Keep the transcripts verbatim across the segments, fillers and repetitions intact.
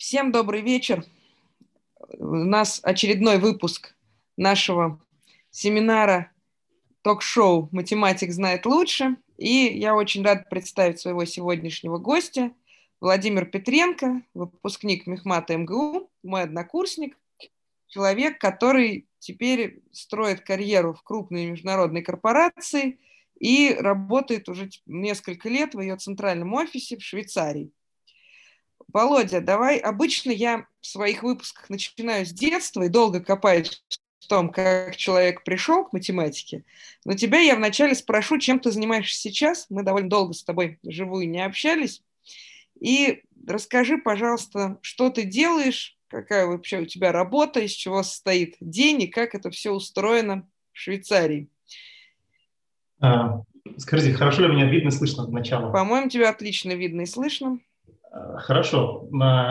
Всем добрый вечер. У нас очередной выпуск нашего семинара ток-шоу «Математик знает лучше». И я очень рад представить своего сегодняшнего гостя, Владимир Петренко, выпускник мехмата МГУ, мой однокурсник, человек, который теперь строит карьеру в крупной международной корпорации и работает уже несколько лет в ее центральном офисе в Швейцарии. Володя, давай, обычно я в своих выпусках начинаю с детства и долго копаюсь в том, как человек пришел к математике, но тебя я вначале спрошу, чем ты занимаешься сейчас. Мы довольно долго с тобой вживую не общались. И расскажи, пожалуйста, что ты делаешь, какая вообще у тебя работа, из чего состоит день и как это все устроено в Швейцарии. А, скажите, хорошо ли меня видно и слышно от начала? По-моему, тебя отлично видно и слышно. Хорошо.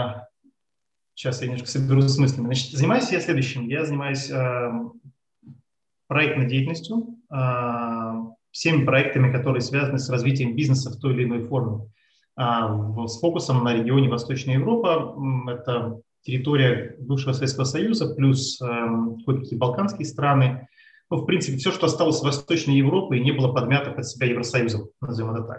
Сейчас я немножко соберусь с мыслями. Значит, занимаюсь я следующим. Я занимаюсь э, проектной деятельностью, э, всеми проектами, которые связаны с развитием бизнеса в той или иной форме. А, в, с фокусом на регионе Восточная Европа. Это территория бывшего Советского Союза, плюс э, кое-какие балканские страны. Ну, в принципе, все, что осталось в Восточной Европе и не было подмято под себя Евросоюзом, назовем это так.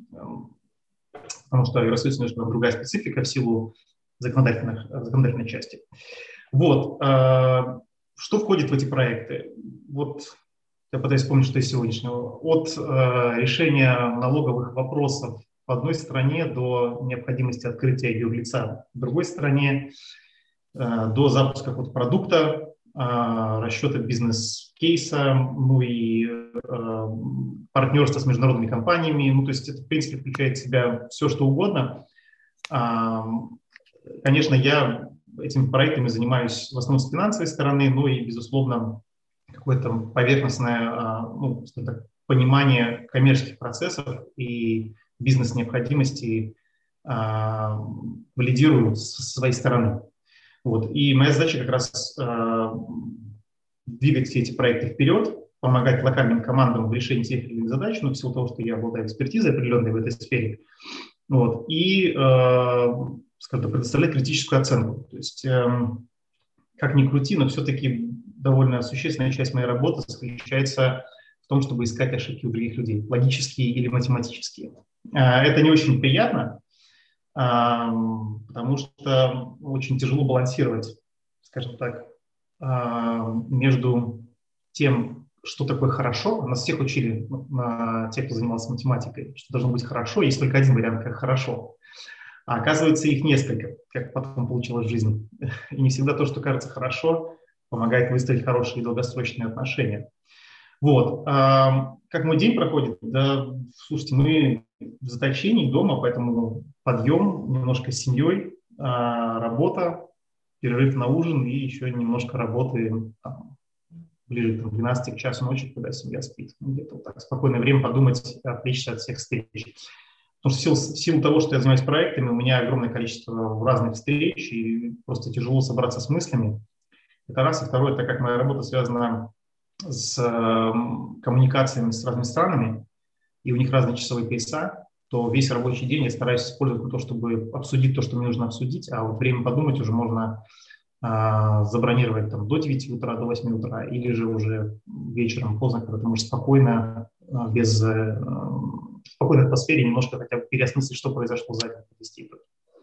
Потому что Евросоюз немножко другая специфика в силу законодательных, законодательной части. Вот. Что входит в эти проекты? Вот я пытаюсь вспомнить, что из сегодняшнего. От решения налоговых вопросов в одной стране до необходимости открытия юрлица в другой стране, до запуска какого-то продукта, расчета бизнес-кейса, ну и партнерства с международными компаниями. Ну, то есть это, в принципе, включает в себя все, что угодно. Конечно, я этими проектами занимаюсь в основном с финансовой стороны, но и, безусловно, какое-то поверхностное, ну, так, понимание коммерческих процессов и бизнес-необходимостей а, валидирую со своей стороны. Вот. И моя задача как раз а, двигать все эти проекты вперед, помогать локальным командам в решении тех или иных задач, ну, в силу того, что я обладаю экспертизой определенной в этой сфере. Вот. И э, скажем, предоставлять критическую оценку. То есть, э, как ни крути, но все-таки довольно существенная часть моей работы заключается в том, чтобы искать ошибки у других людей, логические или математические. Э, это не очень приятно, э, потому что очень тяжело балансировать, скажем так, э, между тем, что такое хорошо. Нас всех учили, э, те, кто занимался математикой, что должно быть хорошо. Есть только один вариант, как хорошо. А оказывается, их несколько, как потом получилось в жизни. И не всегда то, что кажется хорошо, помогает выстроить хорошие долгосрочные отношения. Вот. А как мой день проходит? Да, слушайте, мы в заточении дома, поэтому подъем, немножко с семьей, работа, перерыв на ужин и еще немножко работы там, ближе к двенадцати к часу ночи, когда семья спит. Где-то вот так спокойное время подумать, отвлечься от всех встреч. Потому что в силу, в силу того, что я занимаюсь проектами, у меня огромное количество разных встреч, и просто тяжело собраться с мыслями. Это раз. И второе, так как моя работа связана с э, коммуникациями с разными странами, и у них разные часовые пояса, то весь рабочий день я стараюсь использовать на то, чтобы обсудить то, что мне нужно обсудить, а вот время подумать уже можно э, забронировать там, до девяти утра, до восьми утра, или же уже вечером поздно, когда ты можешь спокойно, э, без... Э, в спокойной атмосфере немножко хотя бы переосмыслить, что произошло за день, подвести итоги.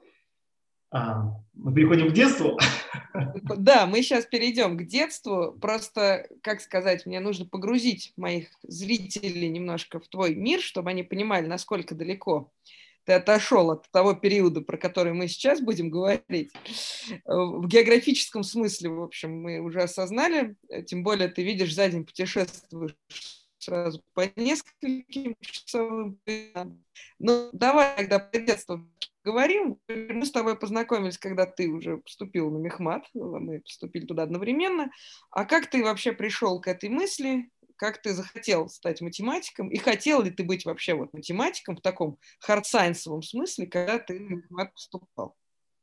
А, мы переходим к детству. Да, мы сейчас перейдем к детству. Просто, как сказать, мне нужно погрузить моих зрителей немножко в твой мир, чтобы они понимали, насколько далеко ты отошел от того периода, про который мы сейчас будем говорить. В географическом смысле, в общем, мы уже осознали, тем более ты видишь, за день путешествуешь сразу по нескольким часовым поясам. Ну, давай тогда про детство говорим. Мы с тобой познакомились, когда ты уже поступил на мехмат, мы поступили туда одновременно. А как ты вообще пришел к этой мысли? Как ты захотел стать математиком? И хотел ли ты быть вообще вот математиком в таком хардсайенсовом смысле, когда ты на мехмат поступал?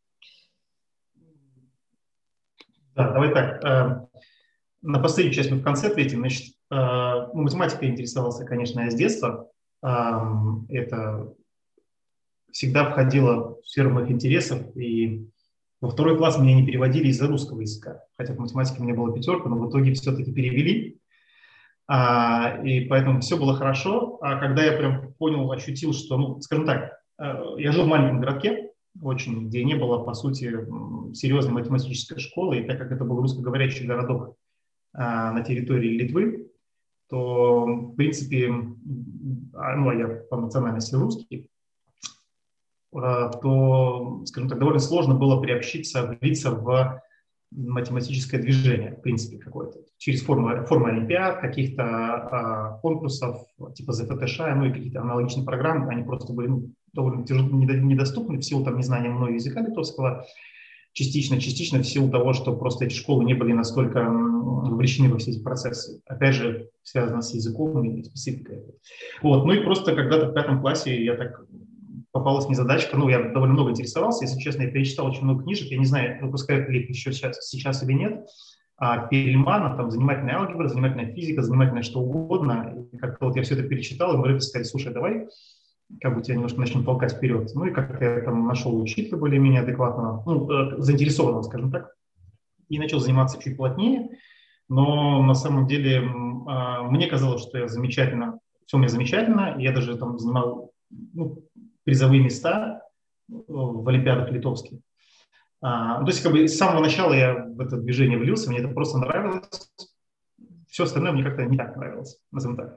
Да, давай так. На последнюю часть мы в конце ответим. Значит, ну, математикой интересовался, конечно, я с детства. Это всегда входило в сферу моих интересов, и Во второй класс меня не переводили из-за русского языка, хотя по математике у меня была пятерка, но в итоге все-таки перевели. А, и поэтому все было хорошо. А когда я прям понял, ощутил, что, ну, скажем так, я жил в маленьком городке, очень, где не было, по сути, серьезной математической школы, и так как это был русскоговорящий городок а, на территории Литвы, то, в принципе, ну, а я по национальности русский, то, скажем так, довольно сложно было приобщиться, влиться в математическое движение, в принципе, какое-то. Через формы, формы олимпиад, каких-то а, конкурсов, типа зэ эф тэ ша, ну и какие-то аналогичные программы, они просто были ну, довольно тяжело, недоступны в силу там, незнания мной языка литовского, частично, частично в силу того, что просто эти школы не были настолько вовлечены во все эти процессы. Опять же, связано с языком и спецификой. Вот. Ну и просто когда-то в пятом классе я так попалась мне задачка, ну, я довольно много интересовался, если честно, я перечитал очень много книжек, я не знаю, выпускают ли их еще сейчас, сейчас или нет, а Перельмана, там, занимательная алгебра, занимательная физика, занимательное что угодно, и как-то вот я все это перечитал, и мы родители сказали, слушай, давай, как бы тебя немножко начнем толкать вперед. Ну, и как-то я там нашел учителя более-менее адекватного, ну, э, заинтересованного, скажем так, и начал заниматься чуть плотнее, но на самом деле э, мне казалось, что я замечательно, все у меня замечательно, я даже там занимал, ну, призовые места в олимпиадах литовских. А, то есть как бы с самого начала я в это движение влился, мне это просто нравилось. Все остальное мне как-то не так нравилось, назовем так.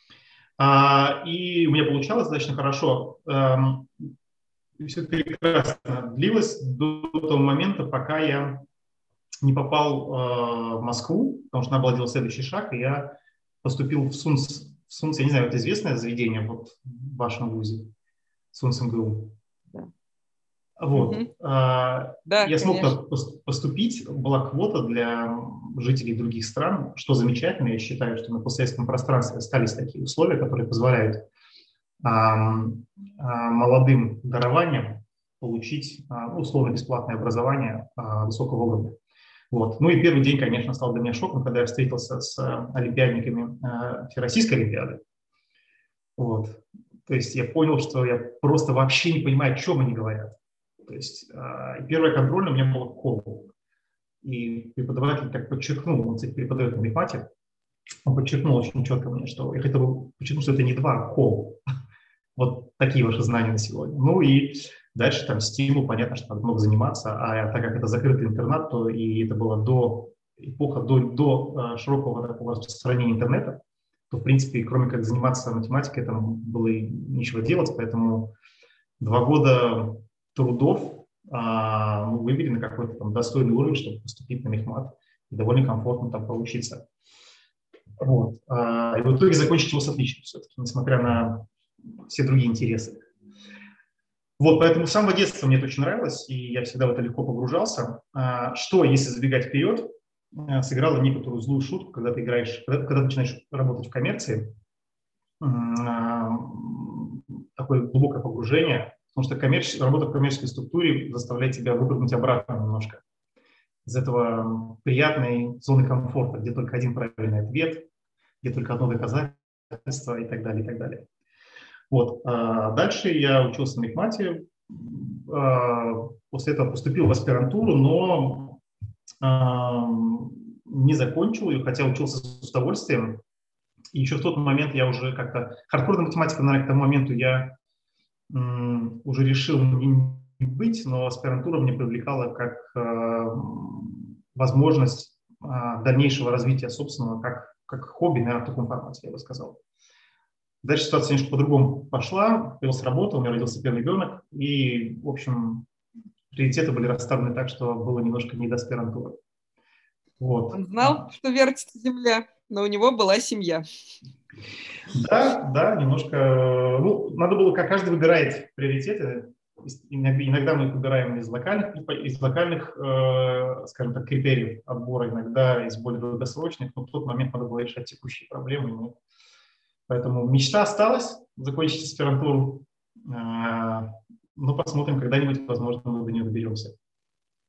А, и у меня получалось достаточно хорошо. А, все это прекрасно длилось до того момента, пока я не попал а, в Москву, потому что надо было делать следующий шаг, и я поступил в СУНС. В СУНС, я не знаю, это известное заведение вот, в вашем вузе? СУНС эм гэ у. Да. Вот. Mm-hmm. А, да, я смог конечно. Поступить, была квота для жителей других стран, что замечательно. Я считаю, что на постсоветском пространстве остались такие условия, которые позволяют а, а, молодым дарованиям получить а, условно-бесплатное образование а, высокого уровня. Вот. Ну и первый день, конечно, стал для меня шоком, когда я встретился с олимпиадниками а, Всероссийской олимпиады. Вот. То есть я понял, что я просто вообще не понимаю, о чем они говорят. То есть э, первое контрольное у меня было кол. И преподаватель так подчеркнул, он, кстати, преподает на математике, он подчеркнул очень четко мне, что я хотел бы подчеркнуть, что это не два кол. Вот такие ваши знания на сегодня. Ну и дальше там стимул, понятно, что надо много заниматься, а так как это закрытый интернат, то и это было до эпоха, до, до э, широкого такого распространения интернета, то, в принципе, кроме как заниматься математикой, там было и нечего делать, поэтому два года трудов а, ну, вывели на какой-то там достойный уровень, чтобы поступить на мехмат и довольно комфортно там поучиться. Вот. А, и в итоге закончить его с отличием все-таки, несмотря на все другие интересы. Вот, поэтому с самого детства мне это очень нравилось, и я всегда в это легко погружался. А, что, если забегать вперед, сыграла некоторую злую шутку, когда ты играешь, когда, когда ты начинаешь работать в коммерции, а, такое глубокое погружение, потому что коммерческий, работа в коммерческой структуре заставляет тебя выпрыгнуть обратно немножко из этого приятной зоны комфорта, где только один правильный ответ, где только одно доказательство и так далее, и так далее. Вот. А дальше я учился на мехмате, а, после этого поступил в аспирантуру, но а, не закончил ее, хотя учился с удовольствием. И еще в тот момент я уже как-то... Хардкорной математикой, наверное, к тому моменту я м, уже решил не быть, но аспирантура мне привлекала как э, возможность э, дальнейшего развития собственного, как, как хобби, наверное, в таком формате, я бы сказал. Дальше ситуация немножко по-другому пошла, появилась работа, у меня родился первый ребенок, и, в общем, приоритеты были расставлены так, что было немножко не до аспирантуры. Вот. Он знал, что вертится земля, но у него была семья. Да, да, немножко. Ну, надо было, как каждый выбирает приоритеты. Иногда мы их выбираем из локальных, из локальных, э, скажем так, критериев отбора, иногда из более долгосрочных, но в тот момент надо было решать текущие проблемы. Поэтому мечта осталась, закончить аспирантуру. Э, но посмотрим, когда-нибудь, возможно, мы до нее доберемся.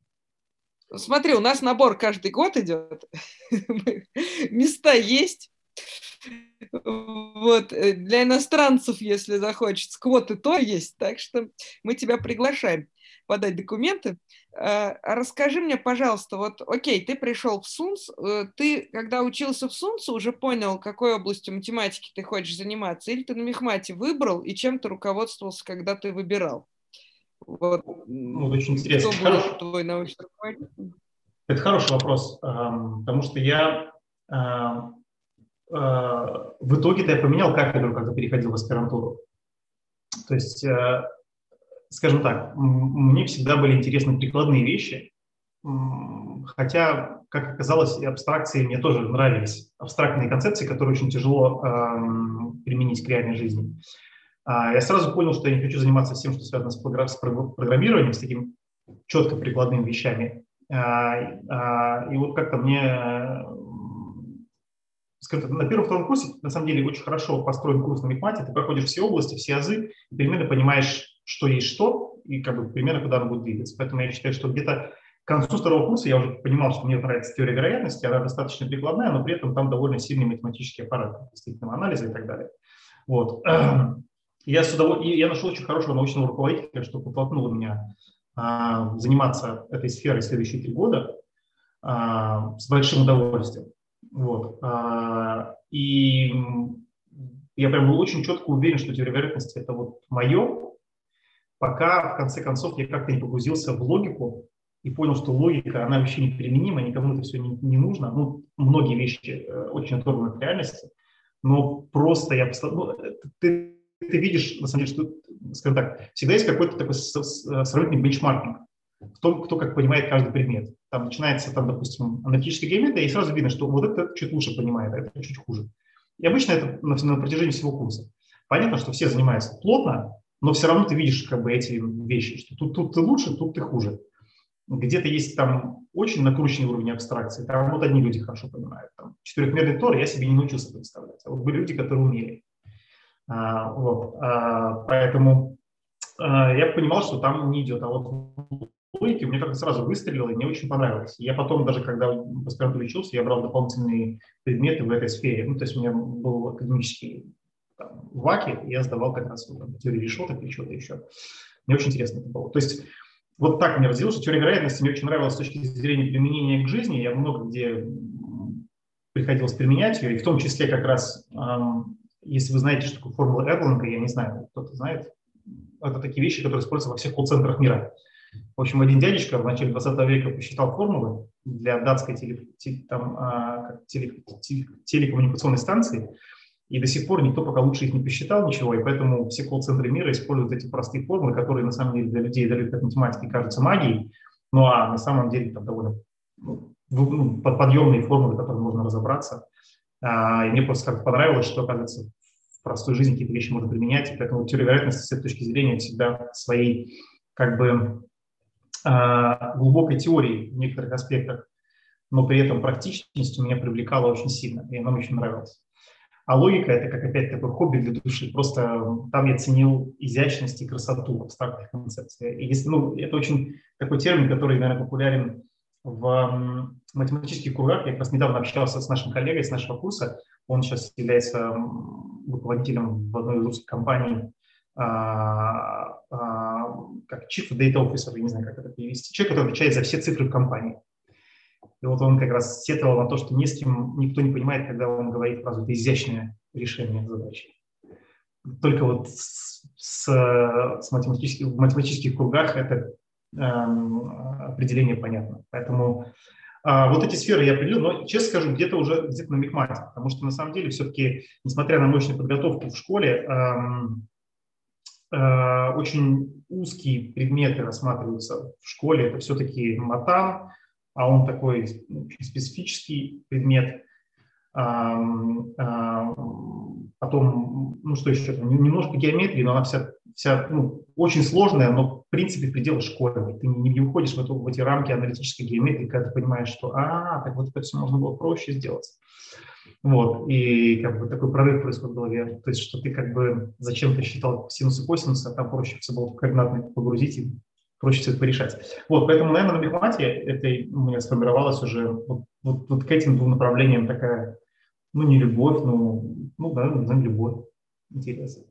Смотри, у нас набор каждый год идет. Места есть. Вот, э, для иностранцев, если захочется, квоты то есть, так что мы тебя приглашаем подать документы. А а расскажи мне, пожалуйста, вот, окей, ты пришел в СУНС, э, ты, когда учился в СУНСе, уже понял, какой областью математики ты хочешь заниматься, или ты на мехмате выбрал, и чем ты руководствовался, когда ты выбирал? Вот, Ну, вот очень м, кто интересно. будет Хороший, твой научный руководитель? это хороший вопрос, эм, потому что я эм, э, в итоге-то я поменял кафедру, когда переходил в аспирантуру. То есть, э, скажем так, м- мне всегда были интересны прикладные вещи, м, хотя, как оказалось, и абстракции мне тоже нравились. Абстрактные концепции, которые очень тяжело эм, применить к реальной жизни. А, я сразу понял, что я не хочу заниматься всем, что связано с, програ- с про- программированием, с такими четко прикладными вещами. А, а, и вот как-то мне, э, скажем так, на первом-втором курсе, на самом деле, очень хорошо построен курс на мехмате, ты проходишь все области, все азы, и примерно понимаешь, что есть что, и как бы примерно куда оно будет двигаться. Поэтому я считаю, что где-то к концу второго курса я уже понимал, что мне нравится теория вероятности, она достаточно прикладная, но при этом там довольно сильный математический аппарат, действительно, анализа и так далее. Вот. Я, с удовольствием, я нашел очень хорошего научного руководителя, что подтолкнуло меня а, заниматься этой сферой следующие три года а, с большим удовольствием. Вот. А, и я прям был очень четко уверен, что теория вероятности – это вот мое, пока в конце концов я как-то не погрузился в логику и понял, что логика, она вообще неприменима, никому это все не, не нужно. Ну, многие вещи э, очень оторваны от реальности, но просто я... Ну, ты, ты видишь, на самом деле, что, скажем так, всегда есть какой-то такой сравнительный бенчмаркинг в том, кто как понимает каждый предмет. Там начинается, там, допустим, аналитическая геометрия, и сразу видно, что вот это чуть лучше понимает, а это чуть хуже. И обычно это на, на протяжении всего курса. Понятно, что все занимаются плотно, но все равно ты видишь как бы эти вещи, что тут, тут ты лучше, тут ты хуже. Где-то есть там очень накрученный уровень абстракции, там вот одни люди хорошо понимают. Там, четырехмерный тор я себе не научился представлять, а вот были люди, которые умели. А, вот, а, поэтому а, я понимал, что там не идет, а вот логики у меня как-то сразу выстрелило, и мне очень понравилось. Я потом, даже когда в аспирантуре учился, я брал дополнительные предметы в этой сфере. Ну, то есть у меня был академический там, ВАКи, и я сдавал как раз вот, теорию решеток или что-то еще. Мне очень интересно это было. То есть вот так мне разделилось, что теория вероятности мне очень нравилась с точки зрения применения к жизни. Я много где приходилось применять ее, и в том числе как раз, эм, если вы знаете, что такое формула Эрлинга, я не знаю, кто-то знает, это такие вещи, которые используются во всех колл-центрах мира. В общем, один дядечка в начале двадцатого века посчитал формулы для датской теле, теле, там, а, теле, теле, телекоммуникационной станции, и до сих пор никто пока лучше их не посчитал ничего, и поэтому все колл-центры мира используют эти простые формулы, которые на самом деле для людей далеких от математики кажутся магией, ну а на самом деле там довольно ну, подъемные формулы, которые можно разобраться. А, и мне просто как понравилось, что, оказывается, в простой жизни какие-то вещи можно применять, и поэтому теория вероятности с этой точки зрения всегда своей как бы глубокой теории в некоторых аспектах, но при этом практичность у меня привлекала очень сильно, и она мне очень нравилась. А логика – это как опять такое хобби для души. Просто там я ценил изящность и красоту абстрактных концепций. И если, ну, это очень такой термин, который, наверное, популярен в математических кругах. Я как раз недавно общался с нашим коллегой с нашего курса. Он сейчас является руководителем в одной из русских компаний, а, а, как Chief Data Officer, я не знаю, как это перевести. Человек, который отвечает за все цифры в компании. И вот он как раз сетовал на то, что ни с кем никто не понимает, когда он говорит фразу «это изящное решение задачи». Только вот с, с, с математических, в математических кругах это эм, определение понятно. Поэтому а, вот эти сферы я определил, но, честно скажу, где-то уже где-то на мехмате, потому что на самом деле все-таки, несмотря на мощную подготовку в школе, эм, э, очень узкие предметы рассматриваются в школе. Это все-таки матан, а он такой очень специфический предмет. А, а, потом, ну что еще, немножко геометрии, но она вся, вся ну, очень сложная, но в принципе в пределах школы. Ты не, не уходишь в, эту, в эти рамки аналитической геометрии, когда ты понимаешь, что а, так вот это все можно было проще сделать. Вот, и как бы такой прорыв происходит в голове. То есть, что ты как бы зачем-то считал синус и косинус, а там проще все было в координатные погрузить и проще все это порешать. Вот, поэтому, наверное, на мехмате это у меня сформировалась уже вот, вот, вот к этим двум направлениям такая Ну, не любовь, ну, ну да, наверное, любовь, интерес.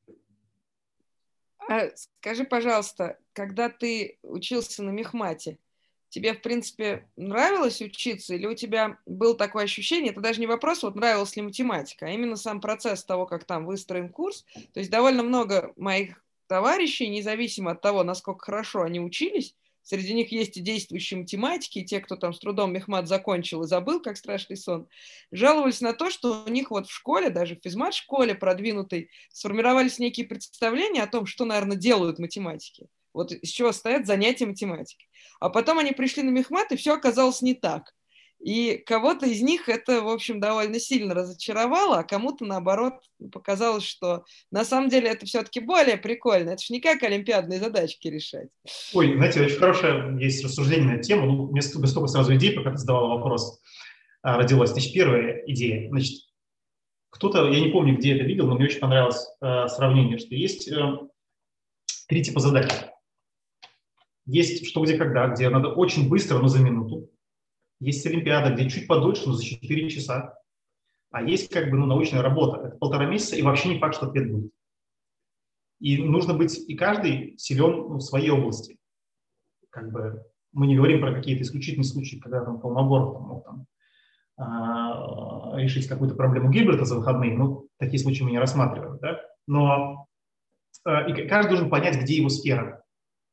А скажи, пожалуйста, когда ты учился на мехмате, тебе, в принципе, нравилось учиться, или у тебя было такое ощущение, это даже не вопрос, вот нравилась ли математика, а именно сам процесс того, как там выстроен курс. То есть довольно много моих товарищей, независимо от того, насколько хорошо они учились, среди них есть и действующие математики, и те, кто там с трудом мехмат закончил и забыл, как страшный сон, жаловались на то, что у них вот в школе, даже в физмат-школе продвинутой, сформировались некие представления о том, что, наверное, делают математики. Вот из чего состоят занятия математикой. А потом они пришли на мехмат, и все оказалось не так. И кого-то из них это, в общем, довольно сильно разочаровало, а кому-то, наоборот, показалось, что на самом деле это все-таки более прикольно. Это же не как олимпиадные задачки решать. Ой, знаете, очень хорошее есть рассуждение на эту тему. Ну, у меня столько, столько сразу идей, пока ты задавал вопрос, а, родилась. Значит, первая идея. Значит, кто-то, я не помню, где это видел, но мне очень понравилось э, сравнение, что есть э, три типа задач. Есть что, где, когда, где надо очень быстро, но за минуту. Есть олимпиада, где чуть подольше, но за четыре часа. А есть как бы ну, научная работа. Это полтора месяца, и вообще не факт, что ответ будет. И нужно быть, и каждый силен ну, в своей области. Как бы мы не говорим про какие-то исключительные случаи, когда там Колмогоров там, мог там, а, решить какую-то проблему Гильберта за выходные. Ну, такие случаи мы не рассматриваем. Да? Но а, и каждый должен понять, где его сфера.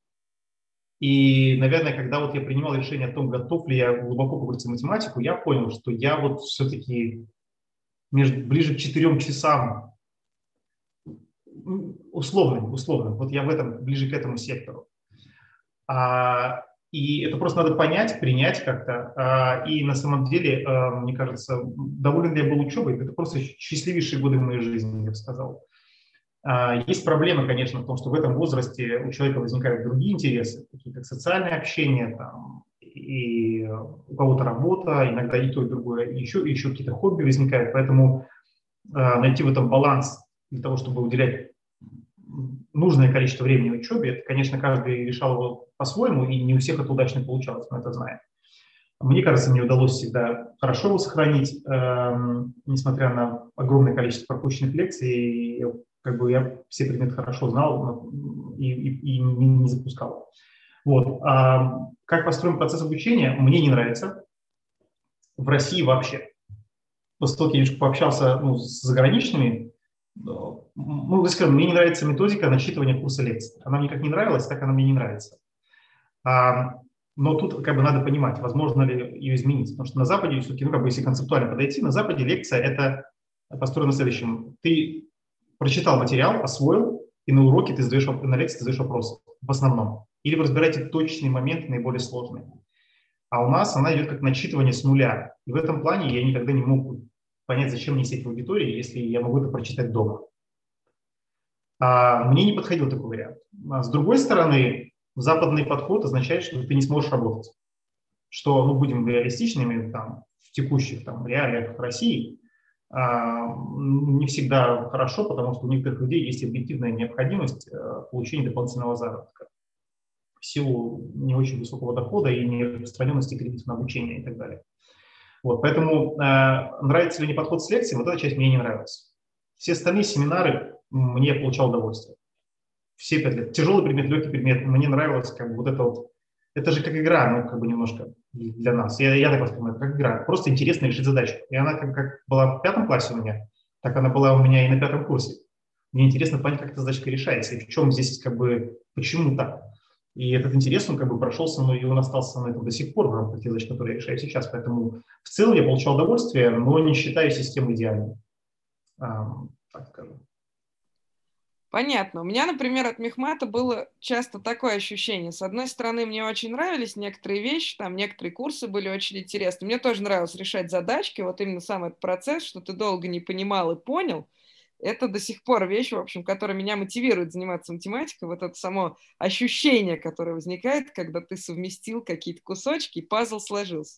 И, наверное, когда вот я принимал решение о том, готов ли я глубоко погрузиться в математику, я понял, что я вот все-таки между, ближе к четырем часам условным, условным, вот я в этом, ближе к этому сектору. А, и это просто надо понять, принять как-то. А, и на самом деле, а, мне кажется, доволен ли я был учебой, это просто счастливейшие годы в моей жизни, я бы сказал. А, есть проблема, конечно, в том, что в этом возрасте у человека возникают другие интересы, такие как социальное общение, там, и у кого-то работа, иногда и то, и другое, еще, еще какие-то хобби возникают, поэтому а, найти в этом баланс для того, чтобы уделять нужное количество времени учебе, это, конечно, каждый решал его по-своему, и не у всех это удачно получалось, мы это знаем. Мне кажется, мне удалось всегда хорошо его сохранить, эм, несмотря на огромное количество пропущенных лекций, и, как бы я все предметы хорошо знал и, и, и не, не запускал. Вот. А как построен процесс обучения, мне не нравится. В России вообще. После того, как я немножко пообщался ну, с заграничными, ну, скажем, мне не нравится методика начитывания курса лекций. Она мне как не нравилась, так она мне не нравится. А, но тут как бы надо понимать, возможно ли ее изменить. Потому что на Западе, все-таки, ну, как бы, если концептуально подойти, на Западе лекция – это построено следующим. Ты прочитал материал, освоил, и на уроке ты задаешь, на лекции ты задаешь вопросы в основном. Или вы разбираете точные моменты, наиболее сложные. А у нас она идет как начитывание с нуля. И в этом плане я никогда не мог понять, зачем мне сидеть в аудитории, если я могу это прочитать дома. А мне не подходил такой вариант. А с другой стороны, западный подход означает, что ты не сможешь работать. Что, ну, будем реалистичными, там, в текущих там, реалиях России, а, не всегда хорошо, потому что у некоторых людей есть объективная необходимость а, получения дополнительного заработка в силу не очень высокого дохода и нераспространенности кредитов на обучение и так далее. Вот, поэтому э, нравится ли мне подход с лекцией, вот эта часть мне не нравилась. Все остальные семинары мне получал удовольствие. Все пять лет. Тяжелый предмет, легкий предмет, мне нравилось как бы вот это вот. Это же как игра, ну, как бы немножко для нас. Я, я так воспринимаю, как игра. Просто интересно решить задачу. И она как, как была в пятом классе у меня, так она была у меня и на пятом курсе. Мне интересно понять, как эта задачка решается, и в чем здесь как бы, почему так. И этот интерес, он как бы прошел со мной, и он остался со мной до сих пор в рамках тех задач, которые я решаю сейчас. Поэтому в целом я получал удовольствие, но не считаю систему идеальной. А, так скажем. Понятно. У меня, например, от мехмата было часто такое ощущение. С одной стороны, мне очень нравились некоторые вещи, там некоторые курсы были очень интересны. Мне тоже нравилось решать задачки, вот именно сам этот процесс, что ты долго не понимал и понял. Это до сих пор вещь, в общем, которая меня мотивирует заниматься математикой. Вот это само ощущение, которое возникает, когда ты совместил какие-то кусочки, и пазл сложился.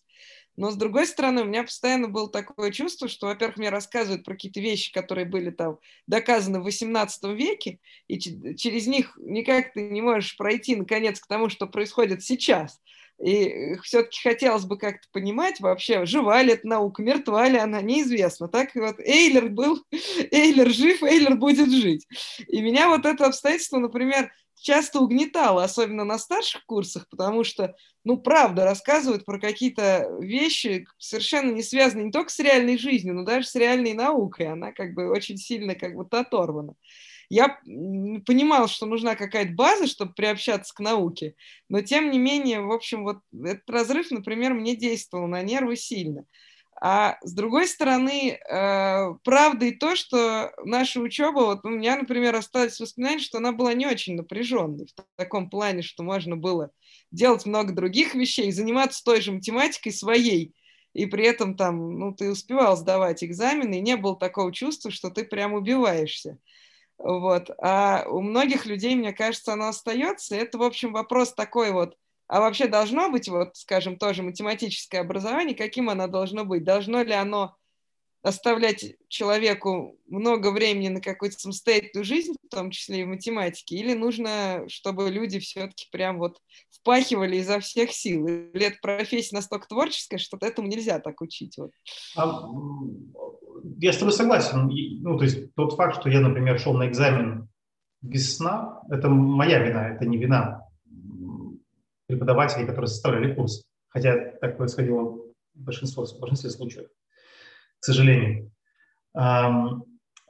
Но, с другой стороны, у меня постоянно было такое чувство, что, во-первых, мне рассказывают про какие-то вещи, которые были там доказаны в восемнадцатом веке, и через них никак ты не можешь пройти, наконец, к тому, что происходит сейчас. И все-таки хотелось бы как-то понимать вообще, жива ли эта наука, мертва ли она, неизвестно. Так вот, Эйлер был, Эйлер жив, Эйлер будет жить. И меня вот это обстоятельство, например, часто угнетало, особенно на старших курсах, потому что, ну, правда, рассказывают про какие-то вещи, совершенно не связанные не только с реальной жизнью, но даже с реальной наукой. Она как бы очень сильно как будто оторвана. Я понимала, что нужна какая-то база, чтобы приобщаться к науке, но тем не менее, в общем, вот этот разрыв, например, мне действовал на нервы сильно. А с другой стороны, э, правда и то, что наша учеба, вот у меня, например, осталось воспоминание, что она была не очень напряженной, в таком плане, что можно было делать много других вещей, заниматься той же математикой своей, и при этом там, ну, ты успевал сдавать экзамены, и не было такого чувства, что ты прям убиваешься. Вот. А у многих людей, мне кажется, оно остается. И это, в общем, вопрос такой вот, а вообще должно быть, вот, скажем, тоже математическое образование, каким оно должно быть? Должно ли оно оставлять человеку много времени на какую-то самостоятельную жизнь, в том числе и в математике, или нужно, чтобы люди все-таки прям вот впахивали изо всех сил? Или эта профессия настолько творческая, что этому нельзя так учить? Вот. А, я с тобой согласен. Ну, то есть тот факт, что я, например, шел на экзамен без сна, это моя вина, это не вина преподавателей, которые составляли курс. Хотя так происходило в большинстве, в большинстве случаев, к сожалению. А,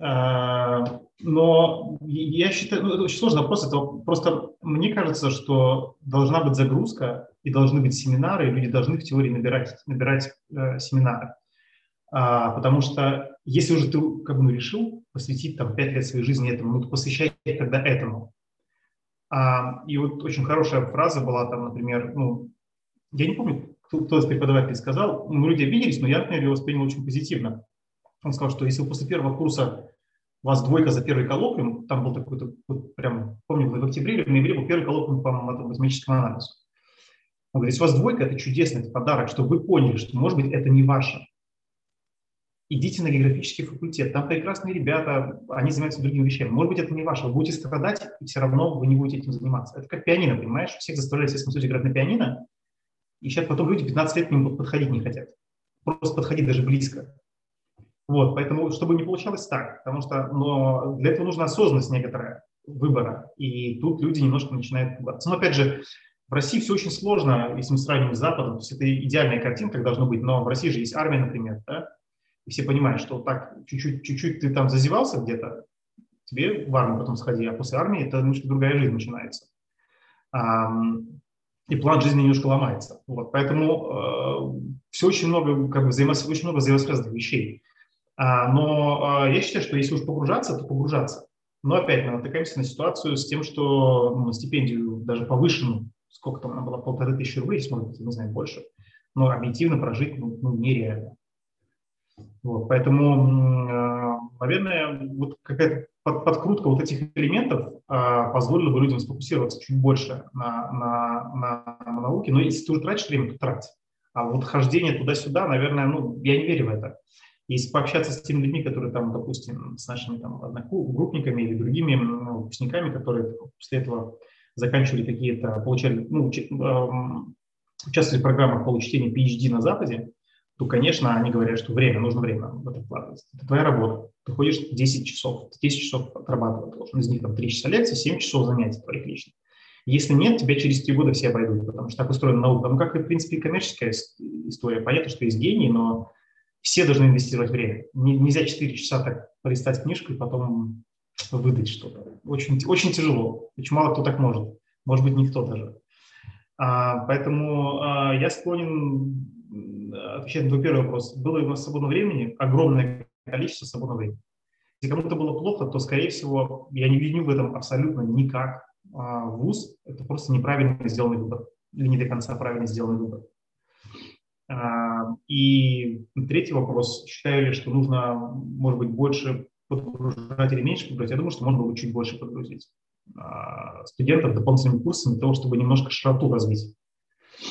а, но я считаю, ну, это очень сложный вопрос. Это просто мне кажется, что должна быть загрузка и должны быть семинары, и люди должны в теории набирать, набирать э, семинары. А, потому что если уже ты как бы, ну, решил посвятить там пять лет своей жизни этому, ну, то посвящай тогда этому. А, и вот очень хорошая фраза была там, например, ну, я не помню, кто, кто из преподавателей сказал, ну, люди обиделись, но я, например, его воспринял очень позитивно. Он сказал, что если вы после первого курса у вас двойка за первый коллоквиум, там был такой-то, вот прям, помню, в октябре или в ноябре был первый коллоквиум по математическому анализу. Он говорит, если у вас двойка, это чудесно, это подарок, что вы поняли, что, может быть, это не ваше. Идите на географический факультет, там прекрасные ребята, они занимаются другими вещами. Может быть, это не ваше, вы будете страдать, и все равно вы не будете этим заниматься. Это как пианино, понимаешь? Всех заставляют в Союзе играть на пианино, и сейчас потом люди пятнадцать лет к ним подходить не хотят. Просто подходить даже близко. Вот, поэтому, чтобы не получалось так, потому что, но для этого нужна осознанность некоторая выбора, и тут люди немножко начинают пугаться. Но, опять же, в России все очень сложно, если мы сравним с Западом, то есть это идеальная картинка, как должно быть, но в России же есть армия, например, да, и все понимают, что так чуть-чуть, чуть-чуть ты там зазевался где-то, тебе в армию потом сходи, а после армии это немножко другая жизнь начинается. И план жизни немножко ломается. Вот, поэтому э, все очень много, как бы, взаимос... очень много взаимосвязанных вещей. А, но э, я считаю, что если уж погружаться, то погружаться. Но опять мы натыкаемся на ситуацию с тем, что ну, стипендию даже повышенную, сколько там она была, полторы тысячи рублей, если, может быть, не знаю, больше, но объективно прожить ну, ну, нереально. Вот, поэтому, наверное, вот какая-то подкрутка вот этих элементов позволила бы людям сфокусироваться чуть больше на, на, на, на науке. Но если ты уже тратишь время, то трать. А вот хождение туда-сюда, наверное, ну, я не верю в это. Если пообщаться с теми людьми, которые там, допустим, с нашими там одногруппниками или другими ну, выпускниками, которые после этого заканчивали какие-то, получали, ну, участвовали в программах по чтению пи эйч ди на Западе, то, конечно, они говорят, что время, нужно время в это вкладывать. Это твоя работа. Ты ходишь десять часов, десять часов отрабатывать должен. Из них там три часа лекций, семь часов занятий твоих личных. Если нет, тебя через три года все обойдут, потому что так устроена наука. Ну, как и, в принципе, и коммерческая история. Понятно, что есть гений, но все должны инвестировать время. Нельзя четыре часа так полистать книжку и потом выдать что-то. Очень, очень тяжело. Очень мало кто так может. Может быть, никто даже. А, поэтому а, я склонен отвечать на твой первый вопрос. Было ли у нас свободного времени? Огромное количество свободного времени. Если кому-то было плохо, то, скорее всего, я не виню в этом абсолютно никак а, вуз. Это просто неправильно сделанный выбор. Или не до конца правильно сделанный выбор. А, и третий вопрос. Считаю ли, что нужно, может быть, больше подгружать или меньше подгружать? Я думаю, что можно было бы чуть больше подгрузить а, студентов дополнительными курсами для того, чтобы немножко широту развить.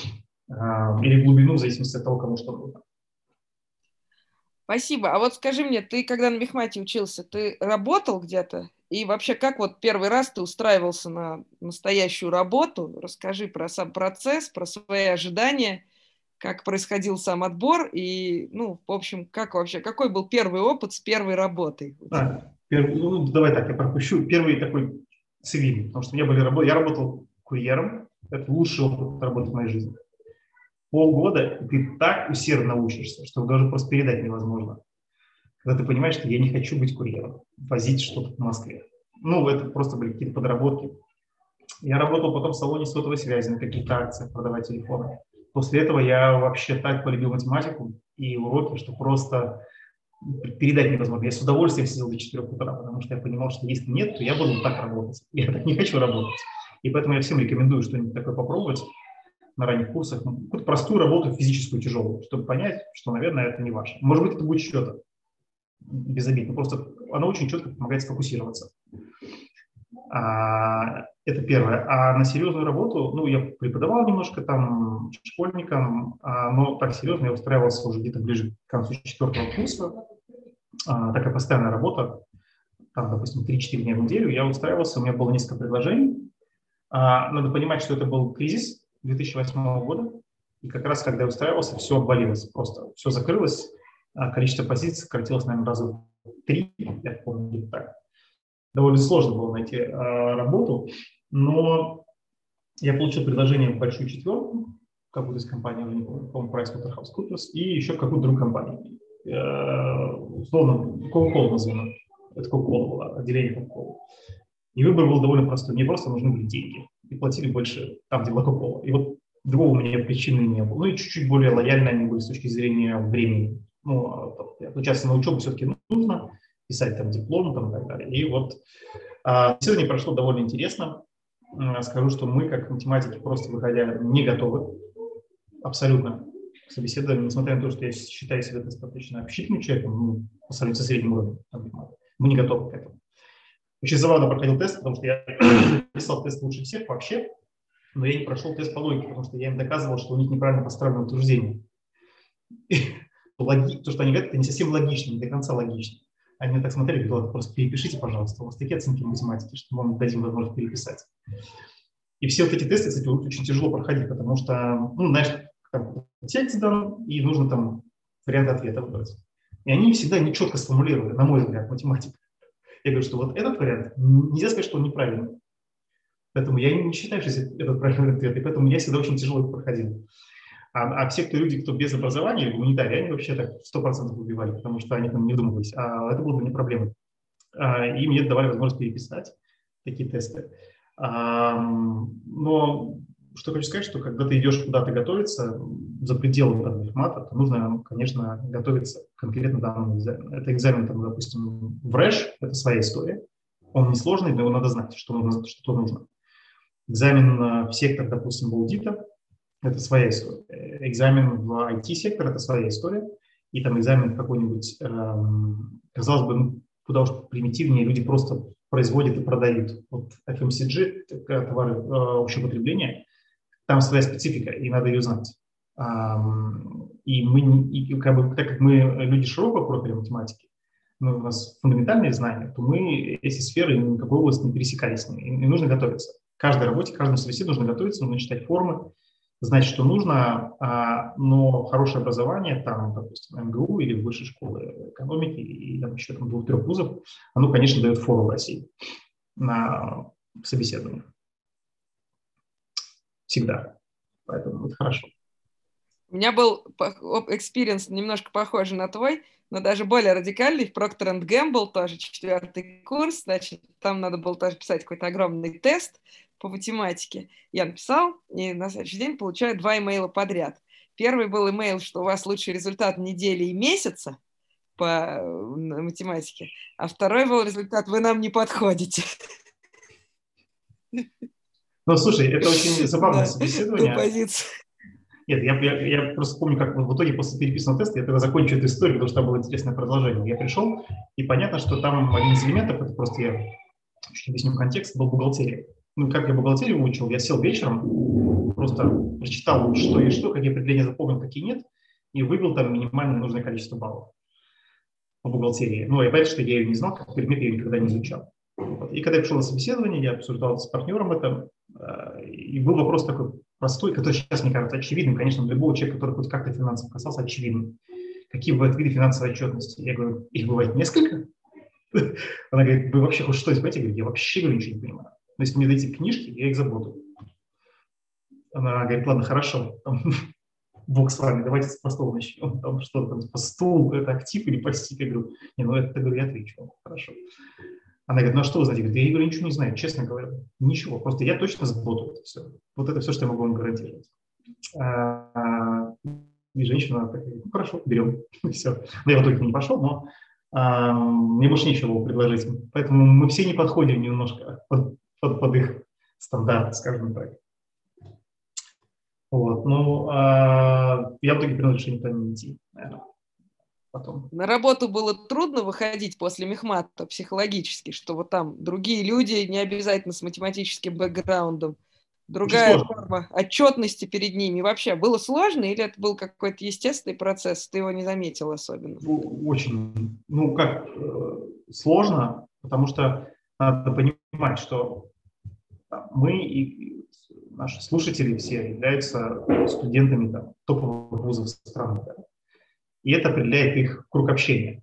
или глубину, в зависимости от того, кому что нужно. Спасибо. А вот скажи мне, ты когда на мехмате учился, ты работал где-то? И вообще, как вот первый раз ты устраивался на настоящую работу? Расскажи про сам процесс, про свои ожидания, как происходил сам отбор и, ну, в общем, как вообще, какой был первый опыт с первой работой у тебя? А, первый, ну, давай так, я пропущу. Первый такой цивильный, потому что у меня были работы, я работал курьером, это лучший опыт работы в моей жизни. Полгода, и ты так усердно учишься, что даже просто передать невозможно. Когда ты понимаешь, что я не хочу быть курьером, возить что-то в Москве. Ну, это просто были какие-то подработки. Я работал потом в салоне сотовой связи на каких-то акциях, продавать телефоны. После этого я вообще так полюбил математику и уроки, что просто передать невозможно. Я с удовольствием сидел до четырёх утра, потому что я понимал, что если нет, то я буду вот так работать. Я так не хочу работать. И поэтому я всем рекомендую что-нибудь такое попробовать на ранних курсах. Ну, какую-то простую работу, физическую, тяжелую, чтобы понять, что, наверное, это не ваше. Может быть, это будет что-то без обид, но просто оно очень четко помогает сфокусироваться. А, это первое. А на серьезную работу, ну, я преподавал немножко там школьникам, а, но так серьезно я устраивался уже где-то ближе к концу четвертого курса. А, такая постоянная работа, там, допустим, три-четыре дня в неделю, я устраивался, у меня было несколько предложений. А, надо понимать, что это был кризис две тысячи восьмого года, и как раз когда я устраивался, все обвалилось просто, все закрылось, а количество позиций сократилось, наверное, раза в три, я помню, где-то так. Довольно сложно было найти э, работу, но я получил предложение в большую четверку, в какую-то из компаний, не помню, по-моему, PricewaterhouseCoopers, и еще в какую-то другую компанию. Э, условно, Coca-Cola назовем. Это Coca-Cola было, отделение Coca-Cola. И выбор был довольно простой. Мне просто нужны были деньги. И платили больше там, где была Coca-Cola. И вот другого у меня причины не было. Ну и чуть-чуть более лояльно они были с точки зрения времени. Ну, отлучаться на учебу все-таки нужно, писать там диплом там, и так далее. И вот а, сегодня прошло довольно интересно. А, скажу, что мы, как математики, просто выходя, не готовы абсолютно к собеседованию, несмотря на то, что я считаю себя достаточно общительным человеком, ну, по сравнению со средним уровнем. Мы не готовы к этому. Очень забавно проходил тест, потому что я писал тест лучше всех вообще, но я не прошел тест по логике, потому что я им доказывал, что у них неправильно построено утверждение. То, что они говорят, это не совсем логично, не до конца логично. Они меня так смотрели, говорят, просто перепишите, пожалуйста, у вас такие оценки в математике, что мы вам дадим возможность переписать. И все вот эти тесты, кстати, очень тяжело проходить, потому что, ну, знаешь, там текст дан, и нужно там варианты ответа выбрать. И они всегда не четко сформулировали, на мой взгляд, математика. Я говорю, что вот этот вариант, нельзя сказать, что он неправильный. Поэтому я не считаю, что это правильный ответ, и поэтому я всегда очень тяжело их проходил. А, а все, кто люди, кто без образования, гуманитарии, они вообще так сто процентов убивали, потому что они там не вдумывались. А это было бы не проблема. А, и мне давали возможность переписать такие тесты. А, но что хочу сказать, что когда ты идешь куда-то готовиться, за пределы там, мехмата, то нужно, конечно, готовиться конкретно данному экзамену. Это экзамен, там, допустим, в РЭШ, это своя история. Он несложный, но его надо знать, что нужно. Что нужно. Экзамен в сектор, допустим, в аудита, это своя история. Экзамен в ай ти-сектор – это своя история. И там экзамен какой-нибудь, эм, казалось бы, ну, куда уж примитивнее, люди просто производят и продают. Вот эф эм си джи, товары э, общего потребления, там своя специфика, и надо ее знать. Эм, и мы, и как бы, так как мы люди широкого профиля математики, мы, у нас фундаментальные знания, то мы эти сферы никакой области не пересекались с ними, и, и нужно готовиться. К каждой работе, к каждому собеседованию нужно готовиться, нужно читать формы, знать, что нужно, а, но хорошее образование, там, допустим, эм гэ у или высшей школы экономики, и там еще там, двух-трех вузов, оно, конечно, дает фору в России на собеседование. Всегда. Поэтому это хорошо. У меня был экспириенс немножко похожий на твой, но даже более радикальный, в Procter энд Gamble, тоже четвертый курс, значит, там надо было тоже писать какой-то огромный тест по математике. Я написал, и на следующий день получаю два имейла подряд. Первый был имейл, что у вас лучший результат недели и месяца по математике, а второй был результат, вы нам не подходите. Ну, слушай, это очень забавное собеседование. Позиция. Нет, я, я, я просто помню, как в итоге после переписанного теста я тогда закончу эту историю, потому что там было интересное продолжение. Я пришел, и понятно, что там один из элементов, это просто я чуть объясню контекст, был бухгалтерия. ну, как я бухгалтерию выучил, я сел вечером, просто прочитал, что и что, какие определения запомнил, какие нет, и выбил там минимально нужное количество баллов по бухгалтерии. Ну, и понятно, что я ее не знал, как предмет я ее никогда не изучал. Вот. И когда я пришел на собеседование, я обсуждал с партнером это, и был вопрос такой простой, который сейчас, мне кажется, очевидным, конечно, для любого человека, который хоть как-то финансов касался, очевидным. Какие бывают виды финансовой отчетности? Я говорю, их бывает несколько. Она говорит, вы вообще хоть что-нибудь понимаете? Я говорю, я вообще говорю, ничего не понимаю. Но если мне дайте книжки, я их забуду. Она говорит, ладно, хорошо, там, Бог с вами, давайте с простого начнем. Там что там, по стул, это актив или пассив? Я говорю, не, ну это, говорю, я отвечу, хорошо. Она говорит, ну а что вы знаете? Я говорю, я говорю, ничего не знаю, честно говоря. Ничего, просто я точно забуду это все. Вот это все, что я могу вам гарантировать. А, и женщина такая, ну хорошо, берем. Все. Ну, я в итоге не пошел, но а, мне больше нечего было предложить. Поэтому мы все не подходим немножко под, под, под их стандарты, скажем так. Вот. Ну, а, я в итоге принял решение туда не идти, наверное. Потом. На работу было трудно выходить после мехмата психологически, что вот там другие люди, не обязательно с математическим бэкграундом, другая форма отчетности перед ними. Вообще, было сложно или это был какой-то естественный процесс, ты его не заметил особенно? Очень, ну как, сложно, потому что надо понимать, что мы и наши слушатели все являются студентами там, топовых вузов страны. Да? И это определяет их круг общения.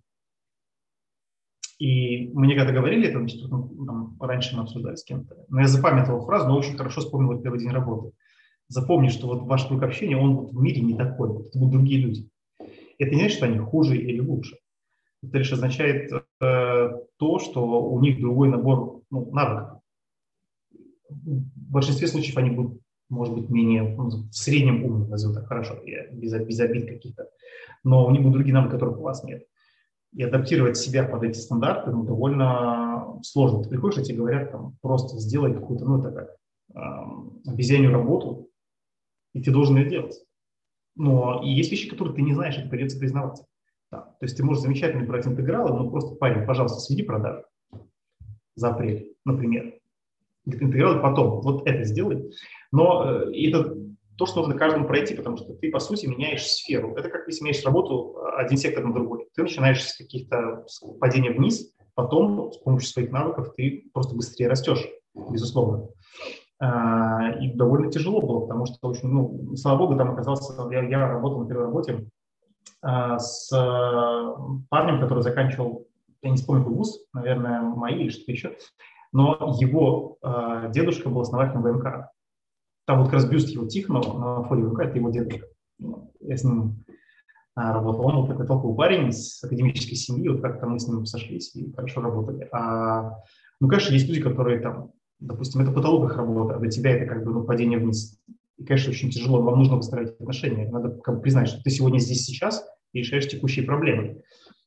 И мы когда говорили это, значит, там, раньше мы обсуждали с кем-то, но я запамятовал фразу, но очень хорошо вспомнил вот первый день работы. Запомни, что вот ваш круг общения, он вот в мире не такой, вот это будут другие люди. Это не значит, что они хуже или лучше. Это лишь означает э, то, что у них другой набор ну, навыков. В большинстве случаев они будут, может быть, менее, ну, в среднем умны, назовем так, хорошо, я, без, без обид каких-то, но у них будут другие навыки, которых у вас нет. И адаптировать себя под эти стандарты ну, довольно сложно. Ты приходишь, и тебе говорят, там, просто сделай какую-то, ну, такая, э, обезьянью работу, и ты должен ее делать. Но и есть вещи, которые ты не знаешь, это придется признавать. Да. То есть ты можешь замечательно брать интегралы, но просто, парень, пожалуйста, сведи продажи за апрель, например. Интегралы потом, вот это сделай. Но э, это то, что нужно каждому пройти, потому что ты, по сути, меняешь сферу. Это как если меняешь работу один сектор на другой. Ты начинаешь с каких-то падений вниз, потом с помощью своих навыков ты просто быстрее растешь, безусловно. Uh, и довольно тяжело было, потому что очень, ну, слава богу, там оказался, я, я работал на первой работе uh, с uh, парнем, который заканчивал, я не вспомню, вуз, наверное, мои или что-то еще, но его uh, дедушка был основателем ВМК. Там вот как раз бюст его Тихонова на фоне ВМК, это его дедушка. Я с ним uh, работал. Он был такой толковый парень из академической семьи, вот как-то мы с ним сошлись и хорошо работали. Uh, ну, конечно, есть люди, которые там допустим, это потолок их работы, а для тебя это как бы ну, падение вниз. И, конечно, очень тяжело, вам нужно выстраивать отношения. Надо как бы признать, что ты сегодня здесь сейчас и решаешь текущие проблемы.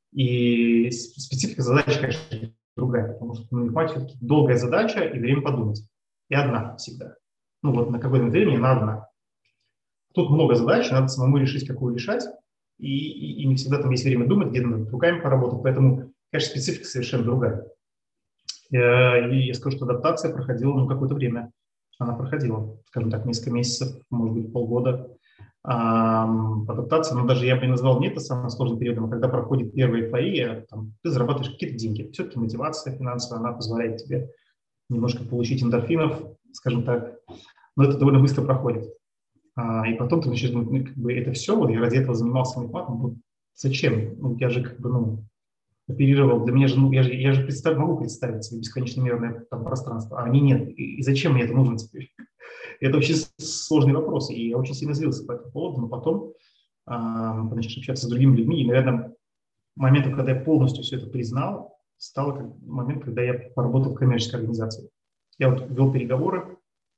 И специфика задачи, конечно, другая, потому что на математике все-таки долгая задача и время подумать. И одна всегда. Ну вот на какое-то время она одна. Тут много задач, надо самому решить, какую решать, и, и, и не всегда там есть время думать, где надо руками поработать, поэтому, конечно, специфика совершенно другая. И я скажу, что адаптация проходила ну, какое-то время. Она проходила, скажем так, несколько месяцев, может быть, полгода. А, адаптация, но даже я бы не назвал не это самым сложным периодом, а когда проходит первая эйфория, там, ты зарабатываешь какие-то деньги. Все-таки мотивация финансовая, она позволяет тебе немножко получить эндорфинов, скажем так, но это довольно быстро проходит. А, и потом ты начинаешь думать, ну, как бы это все, вот я ради этого занимался математикой, ну, зачем? Ну, я же как бы, ну, оперировал. Для меня же, ну, я же, я же представь, могу представить себе бесконечно мерное там, пространство, а они нет. И, и зачем мне это нужно теперь? Это вообще сложный вопрос, и я очень сильно злился по этому поводу, но потом э, начал общаться с другими людьми, и, наверное, моментом, когда я полностью все это признал, стал как момент, когда я поработал в коммерческой организации. Я вот вел переговоры,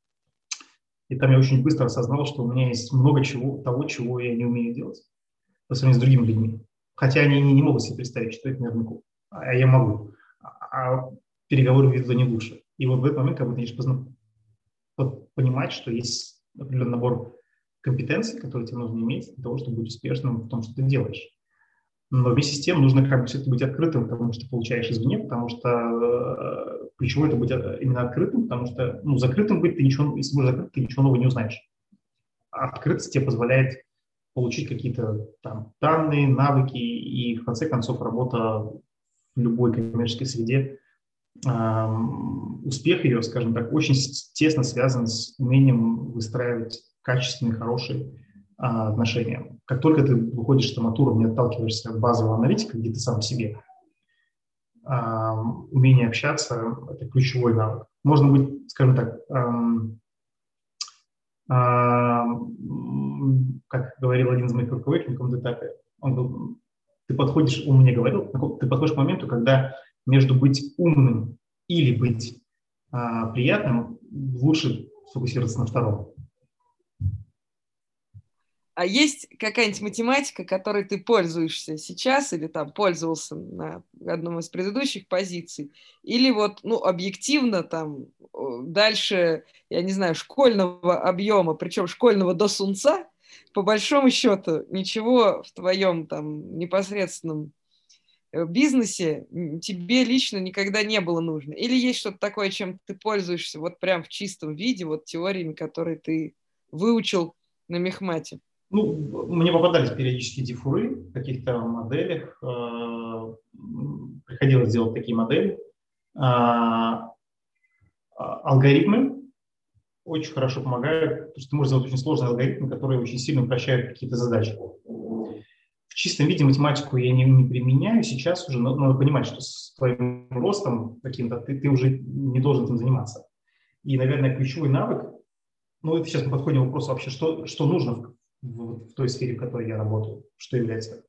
и там я очень быстро осознал, что у меня есть много чего, того, чего я не умею делать по сравнению с другими людьми. Хотя они не, не могут себе представить, что это наверняка, а я могу. А переговоры ведут не лучше. И вот в этот момент как бы ты начинаешь понимать, что есть определенный набор компетенций, которые тебе нужно иметь для того, чтобы быть успешным в том, что ты делаешь. Но вместе с тем нужно как бы все-таки быть открытым к тому, что ты получаешь извне, потому что ключевое это быть именно открытым, потому что, ну, закрытым быть ты ничего, если будешь закрыт, ты ничего нового не узнаешь. А открытость тебе позволяет получить какие-то там данные, навыки, и в конце концов работа в любой коммерческой среде, эм, успех ее, скажем так, очень тесно связан с умением выстраивать качественные, хорошие э, отношения. Как только ты выходишь там от уровня, отталкиваешься от базового аналитика, где ты сам в себе, э, умение общаться – это ключевой навык. Можно быть, скажем так, эм, А, как говорил один из моих руководителей на каком-то этапе, он говорил, ты подходишь, он мне говорил, ты подходишь к моменту, когда между быть умным или быть а, приятным лучше сфокусироваться на втором. А есть какая-нибудь математика, которой ты пользуешься сейчас или там пользовался на одном из предыдущих позиций? Или вот, ну, объективно там дальше, я не знаю, школьного объема, причем школьного до сунца, по большому счету ничего в твоем там непосредственном бизнесе тебе лично никогда не было нужно? Или есть что-то такое, чем ты пользуешься вот прям в чистом виде, вот теориями, которые ты выучил на мехмате? Ну, мне попадались периодически дифуры в каких-то моделях. Приходилось делать такие модели. Алгоритмы очень хорошо помогают, потому что ты можешь сделать очень сложные алгоритмы, которые очень сильно упрощают какие-то задачи. В чистом виде математику я не, не применяю сейчас уже, но надо понимать, что с твоим ростом каким-то ты, ты уже не должен этим заниматься. И, наверное, ключевой навык, ну, это сейчас мы подходим к вопросу вообще, что, что нужно в, в, в той сфере, в которой я работаю, что является.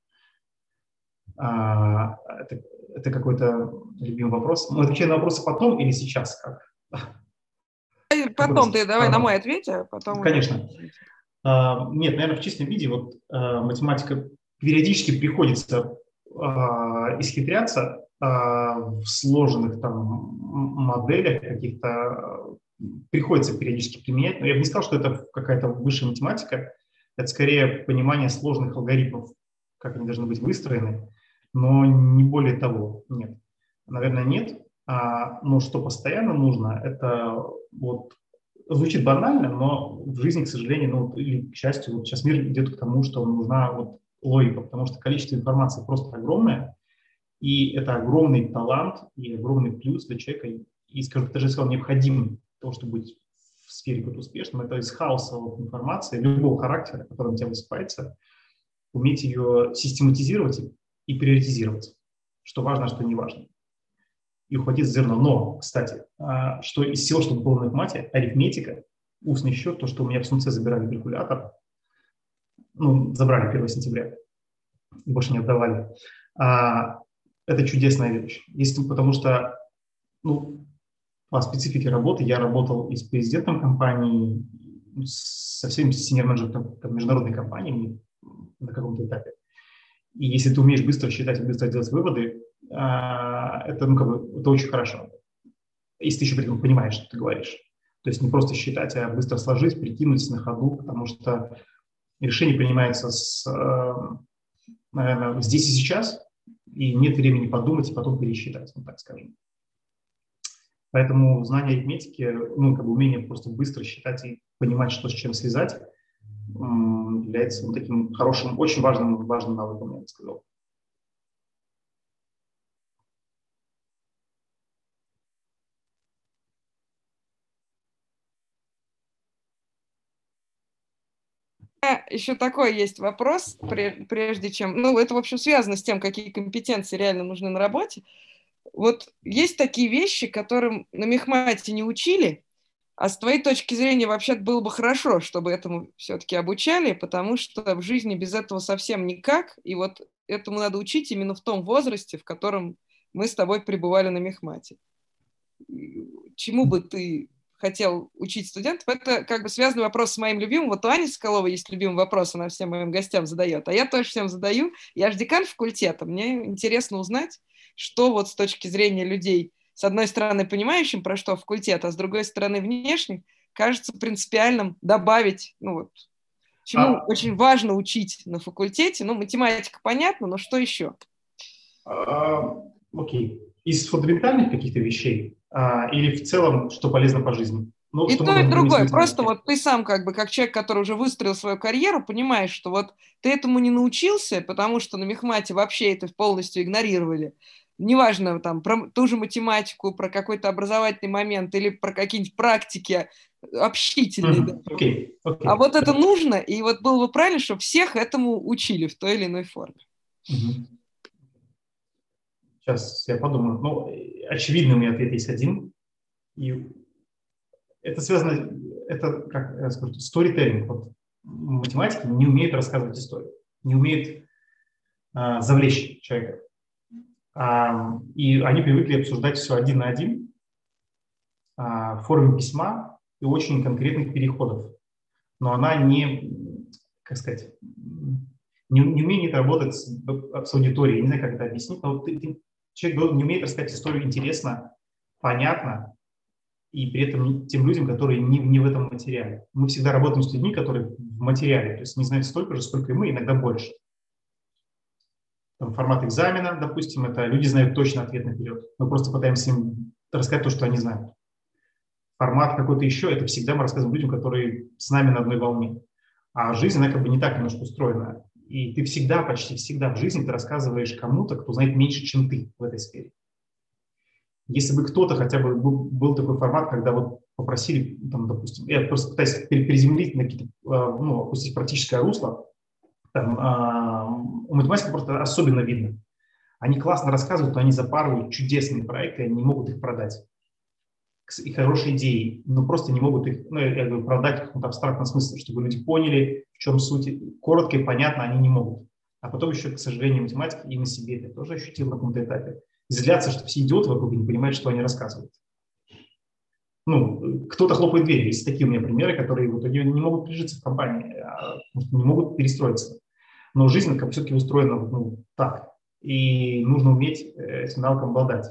А, это, это какой-то любимый вопрос. Мы отвечаем на вопросы потом или сейчас? Как? Потом ты давай на мой ответь, а потом Конечно. уже... А, нет, наверное, в чистом виде вот а, математика периодически приходится а, исхитряться а, в сложных там моделях каких-то, приходится периодически применять, но я бы не сказал, что это какая-то высшая математика, это скорее понимание сложных алгоритмов, как они должны быть выстроены, но не более того, нет. Наверное, нет. А, но что постоянно нужно, это вот звучит банально, но в жизни, к сожалению, ну, или к счастью, вот сейчас мир идет к тому, что нужна вот логика, потому что количество информации просто огромное, и это огромный талант и огромный плюс для человека, и, скажем, даже сказал, необходим для того, чтобы быть в сфере быть успешным, это из хаоса вот, информации любого характера, который у тебя высыпается, уметь ее систематизировать и приоритизировать, что важно, а что не важно. И ухватить зерно. Но, кстати, что из всего, что было на математике, арифметика, устный счет, то, что у меня в СУНЦ забирали калькулятор, ну, забрали первого сентября, больше не отдавали, это чудесная вещь. Если, потому что, ну, по специфике работы я работал и с президентом компании, со всеми синьор-менеджерами международной компании на каком-то этапе. И если ты умеешь быстро считать и быстро делать выводы, это, ну, как бы, это очень хорошо. Если ты еще при этом понимаешь, что ты говоришь. То есть не просто считать, а быстро сложить, прикинуть на ходу, потому что решение принимается, с, наверное, здесь и сейчас, и нет времени подумать и потом пересчитать, ну, так скажем. Поэтому знание арифметики, ну, как бы умение просто быстро считать и понимать, что с чем связать, является вот таким хорошим, очень важным, важным навыком, я бы сказал. Еще такой есть вопрос, прежде чем... Ну, это, в общем, связано с тем, какие компетенции реально нужны на работе. Вот есть такие вещи, которым на мехмате не учили, а с твоей точки зрения вообще было бы хорошо, чтобы этому все-таки обучали, потому что в жизни без этого совсем никак, и вот этому надо учить именно в том возрасте, в котором мы с тобой пребывали на мехмате. Чему бы ты хотел учить студентов? Это как бы связанный вопрос с моим любимым. Вот у Ани Соколовой есть любимый вопрос, она всем моим гостям задает, а я тоже всем задаю. Я же декан факультета, мне интересно узнать, что вот с точки зрения людей, с одной стороны, понимающим, про что факультет, а с другой стороны, внешних, кажется принципиальным добавить, ну вот, чему а, очень важно учить на факультете. Ну, математика понятно, но что еще? А, окей. Из фундаментальных каких-то вещей, а, или в целом, что полезно по жизни. Ну, И что то, и можно применить в другое. Просто математике. вот ты сам, как бы, как человек, который уже выстроил свою карьеру, понимаешь, что вот ты этому не научился, потому что на мехмате вообще это полностью игнорировали. Неважно, там, про ту же математику, про какой-то образовательный момент или про какие-нибудь практики общительные. Да. Мгм. Окей, А окей. вот это нужно, и вот было бы правильно, чтобы всех этому учили в той или иной форме. Мгм. Сейчас я подумаю. Ну, очевидный у меня ответ есть один. И это связано, это, как я скажу, сторителлинг. Вот математики не умеют рассказывать историю, не умеют а, завлечь человека. А, и они привыкли обсуждать все один на один а, в форме письма и очень конкретных переходов. Но она не, как сказать, не, не умеет работать с, с аудиторией. Я не знаю, как это объяснить, но ты, ты, человек не умеет рассказать историю интересно, понятно, и при этом тем людям, которые не, не в этом материале. Мы всегда работаем с людьми, которые в материале, то есть не знают столько же, сколько и мы, иногда больше. Там, формат экзамена, допустим, это люди знают точно ответ наперед. Мы просто пытаемся им рассказать то, что они знают. Формат какой-то еще, это всегда мы рассказываем людям, которые с нами на одной волне. А жизнь, она как бы не так немножко устроена. И ты всегда, почти всегда в жизни ты рассказываешь кому-то, кто знает меньше, чем ты в этой сфере. Если бы кто-то хотя бы был, был такой формат, когда вот попросили, там, допустим, я просто пытаюсь приземлить на какие-то, ну, опустить практическое русло, там, а, у математиков просто особенно видно. Они классно рассказывают, но они запарывают чудесные проекты, они не могут их продать. И хорошие идеи, но просто не могут их, ну, я говорю, продать в каком-то абстрактном смысле, чтобы люди поняли, в чем суть. Коротко и понятно они не могут. А потом еще, к сожалению, математики и на себе это тоже ощутил на каком-то этапе. Злятся, что все идиоты вокруг не понимают, что они рассказывают. Ну, кто-то хлопает дверью. Есть такие у меня примеры, которые в итоге не могут прижиться в компании, не могут перестроиться. Но жизнь как все-таки устроена ну, так. И нужно уметь этим навыком обладать.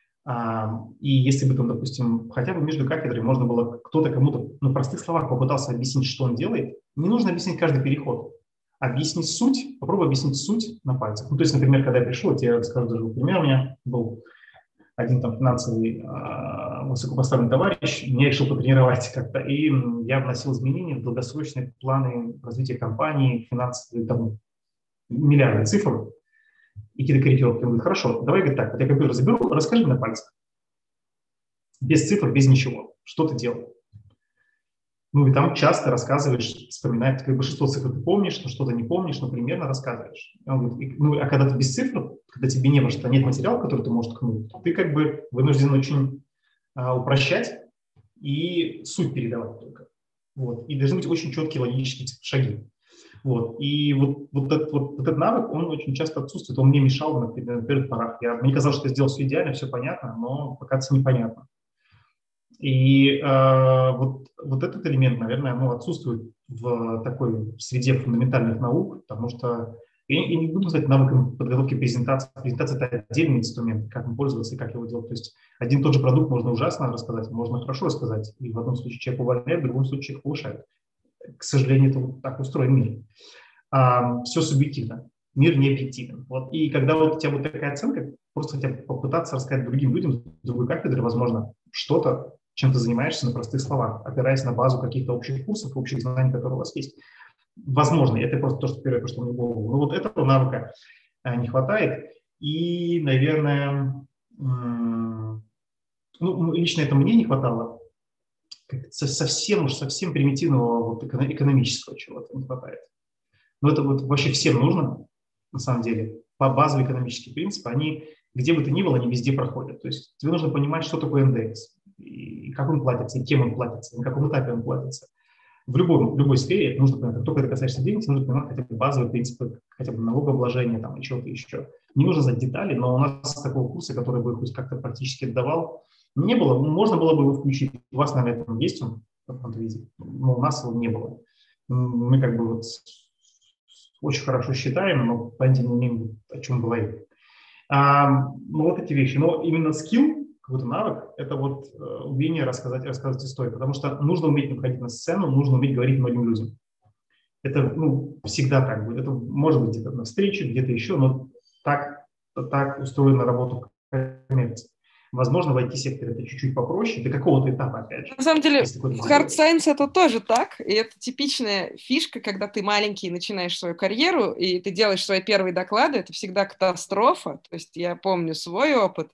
И если бы там, допустим, хотя бы между кафедрой можно было кто-то кому-то на простых словах попытался объяснить, что он делает, не нужно объяснить каждый переход. Объяснить суть, попробуй объяснить суть на пальцах. Ну, то есть, например, когда я пришел, я расскажу даже пример, у меня был один там финансовый э, высокопоставленный товарищ, меня решил потренировать как-то, и я вносил изменения в долгосрочные планы развития компании, финансовые, там, миллиарды цифр, и какие-то корректировки. Он говорит, хорошо, давай говорит, так, вот я компьютер заберу, расскажи мне на пальцах. Без цифр, без ничего. Что ты делал? Ну, и там часто рассказываешь, вспоминаешь, как большинство цифр ты помнишь, но что-то не помнишь, но примерно рассказываешь. Он говорит, ну, а когда ты без цифр, когда тебе не во что, нет материала, который ты можешь ткнуть, ты как бы вынужден очень а, упрощать и суть передавать только. Вот. И должны быть очень четкие логические шаги. Вот. И вот, вот, этот, вот, вот этот навык, он очень часто отсутствует. Он мне мешал на, на первых порах. Я, мне казалось, что я сделал все идеально, все понятно, но пока это непонятно. И э, вот, вот этот элемент, наверное, ну, отсутствует в такой среде фундаментальных наук, потому что я, я не буду сказать навыком подготовки презентации. Презентация – это отдельный инструмент, как им пользоваться и как его делать. То есть один и тот же продукт можно ужасно рассказать, можно хорошо рассказать. И в одном случае человек увольняет, в другом случае человек повышает. К сожалению, это вот так устроен мир. А, все субъективно. Мир не объективен. Вот. И когда вот у тебя вот такая оценка, просто хотя бы попытаться рассказать другим людям с другой кафедры, возможно, что-то, чем ты занимаешься на простых словах, опираясь на базу каких-то общих курсов, общих знаний, которые у вас есть. Возможно, это просто то, что первое пришло мне в голову. Но вот этого навыка а, не хватает. И, наверное, м- ну, лично это мне не хватало. Совсем уж совсем примитивного вот экономического чего-то не хватает. Но это вот вообще всем нужно, на самом деле. По базовые экономические принципы, они, где бы то ни было, они везде проходят. То есть тебе нужно понимать, что такое эн дэ экс, и как он платится, и кем он платится, на каком этапе он платится. В любой, в любой сфере это нужно понимать. Как только это касается денег, нужно понимать хотя бы базовые принципы, хотя бы налогообложения там, и чего-то еще. Не нужно знать детали, но у нас такого курса, который бы хоть как-то практически давал, не было. Можно было бы его включить. У вас, наверное, там есть он в каком-то виде, но у нас его не было. Мы как бы вот очень хорошо считаем, но понятия не имеем, о чем говорим. А, ну, вот эти вещи. Но именно скилл, какой-то навык, это вот э, умение рассказать, рассказывать историю. Потому что нужно уметь выходить на сцену, нужно уметь говорить многим людям. Это ну, всегда так будет. Это может быть где-то на встрече, где-то еще, но так, так устроена работа в коммерции. Возможно, в ай ти-секторе это чуть-чуть попроще, до какого-то этапа, опять же. На самом деле, в hard science это тоже так, и это типичная фишка, когда ты маленький и начинаешь свою карьеру, и ты делаешь свои первые доклады, это всегда катастрофа. То есть я помню свой опыт,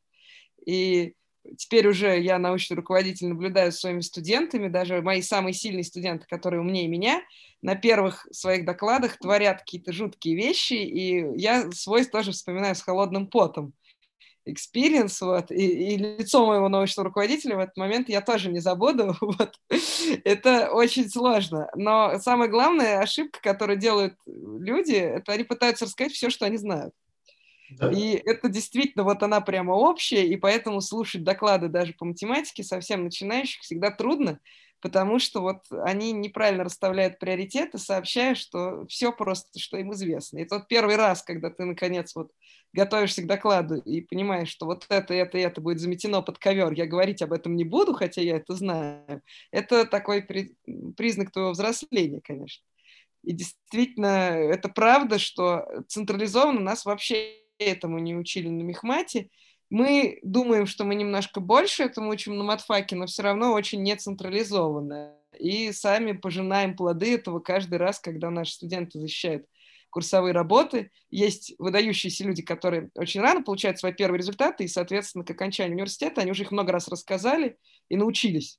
и теперь уже я научный руководитель, наблюдаю за своими студентами, даже мои самые сильные студенты, которые умнее меня, на первых своих докладах творят какие-то жуткие вещи, и я свой тоже вспоминаю с холодным потом. Experience, вот, и, и лицо моего научного руководителя в этот момент я тоже не забуду, вот. Это очень сложно, но самая главная ошибка, которую делают люди, это они пытаются рассказать все, что они знают. Да. И это действительно, вот она прямо общая, и поэтому слушать доклады даже по математике совсем начинающих всегда трудно, потому что вот они неправильно расставляют приоритеты, сообщая, что все просто, что им известно. И тот первый раз, когда ты, наконец, вот готовишься к докладу и понимаешь, что вот это, это, это будет заметено под ковер, я говорить об этом не буду, хотя я это знаю, это такой при... признак твоего взросления, конечно. И действительно, это правда, что централизованно нас вообще этому не учили на мехмате. Мы думаем, что мы немножко больше этому учим на матфаке, но все равно очень нецентрализованно. И сами пожинаем плоды этого каждый раз, когда наши студенты защищают курсовые работы. Есть выдающиеся люди, которые очень рано получают свои первые результаты, и, соответственно, к окончанию университета они уже их много раз рассказали и научились.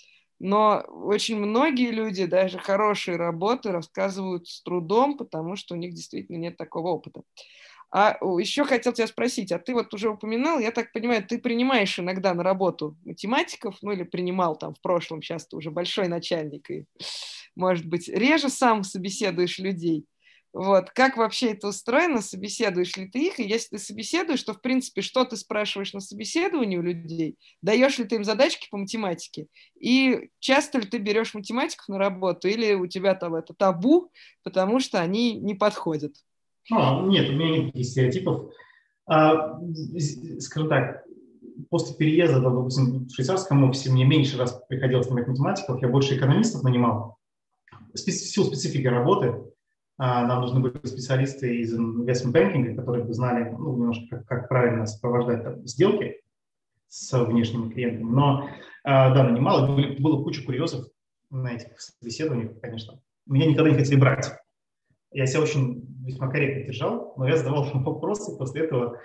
Но очень многие люди даже хорошие работы рассказывают с трудом, потому что у них действительно нет такого опыта. А еще хотел тебя спросить, а ты вот уже упоминал, я так понимаю, ты принимаешь иногда на работу математиков, ну или принимал там в прошлом, сейчас ты уже большой начальник, и, может быть, реже сам собеседуешь людей. Вот. Как вообще это устроено? Собеседуешь ли ты их? И если ты собеседуешь, то, в принципе, что ты спрашиваешь на собеседовании у людей? Даешь ли ты им задачки по математике? И часто ли ты берешь математиков на работу? Или у тебя там это табу, потому что они не подходят? А, нет, у меня нет таких стереотипов. А, скажем так, после переезда, допустим, в швейцарском офисе мне меньше раз приходилось нанимать математиков, я больше экономистов нанимал. В силу специфики работы нам нужны были специалисты из investment banking, которые бы знали, ну, немножко, как, как правильно сопровождать там, сделки с внешними клиентами. Но, да, нанимал, и было куча курьезов на этих собеседованиях, конечно. Меня никогда не хотели брать. Я себя очень весьма корректно держал, но я задавал вопросы, после этого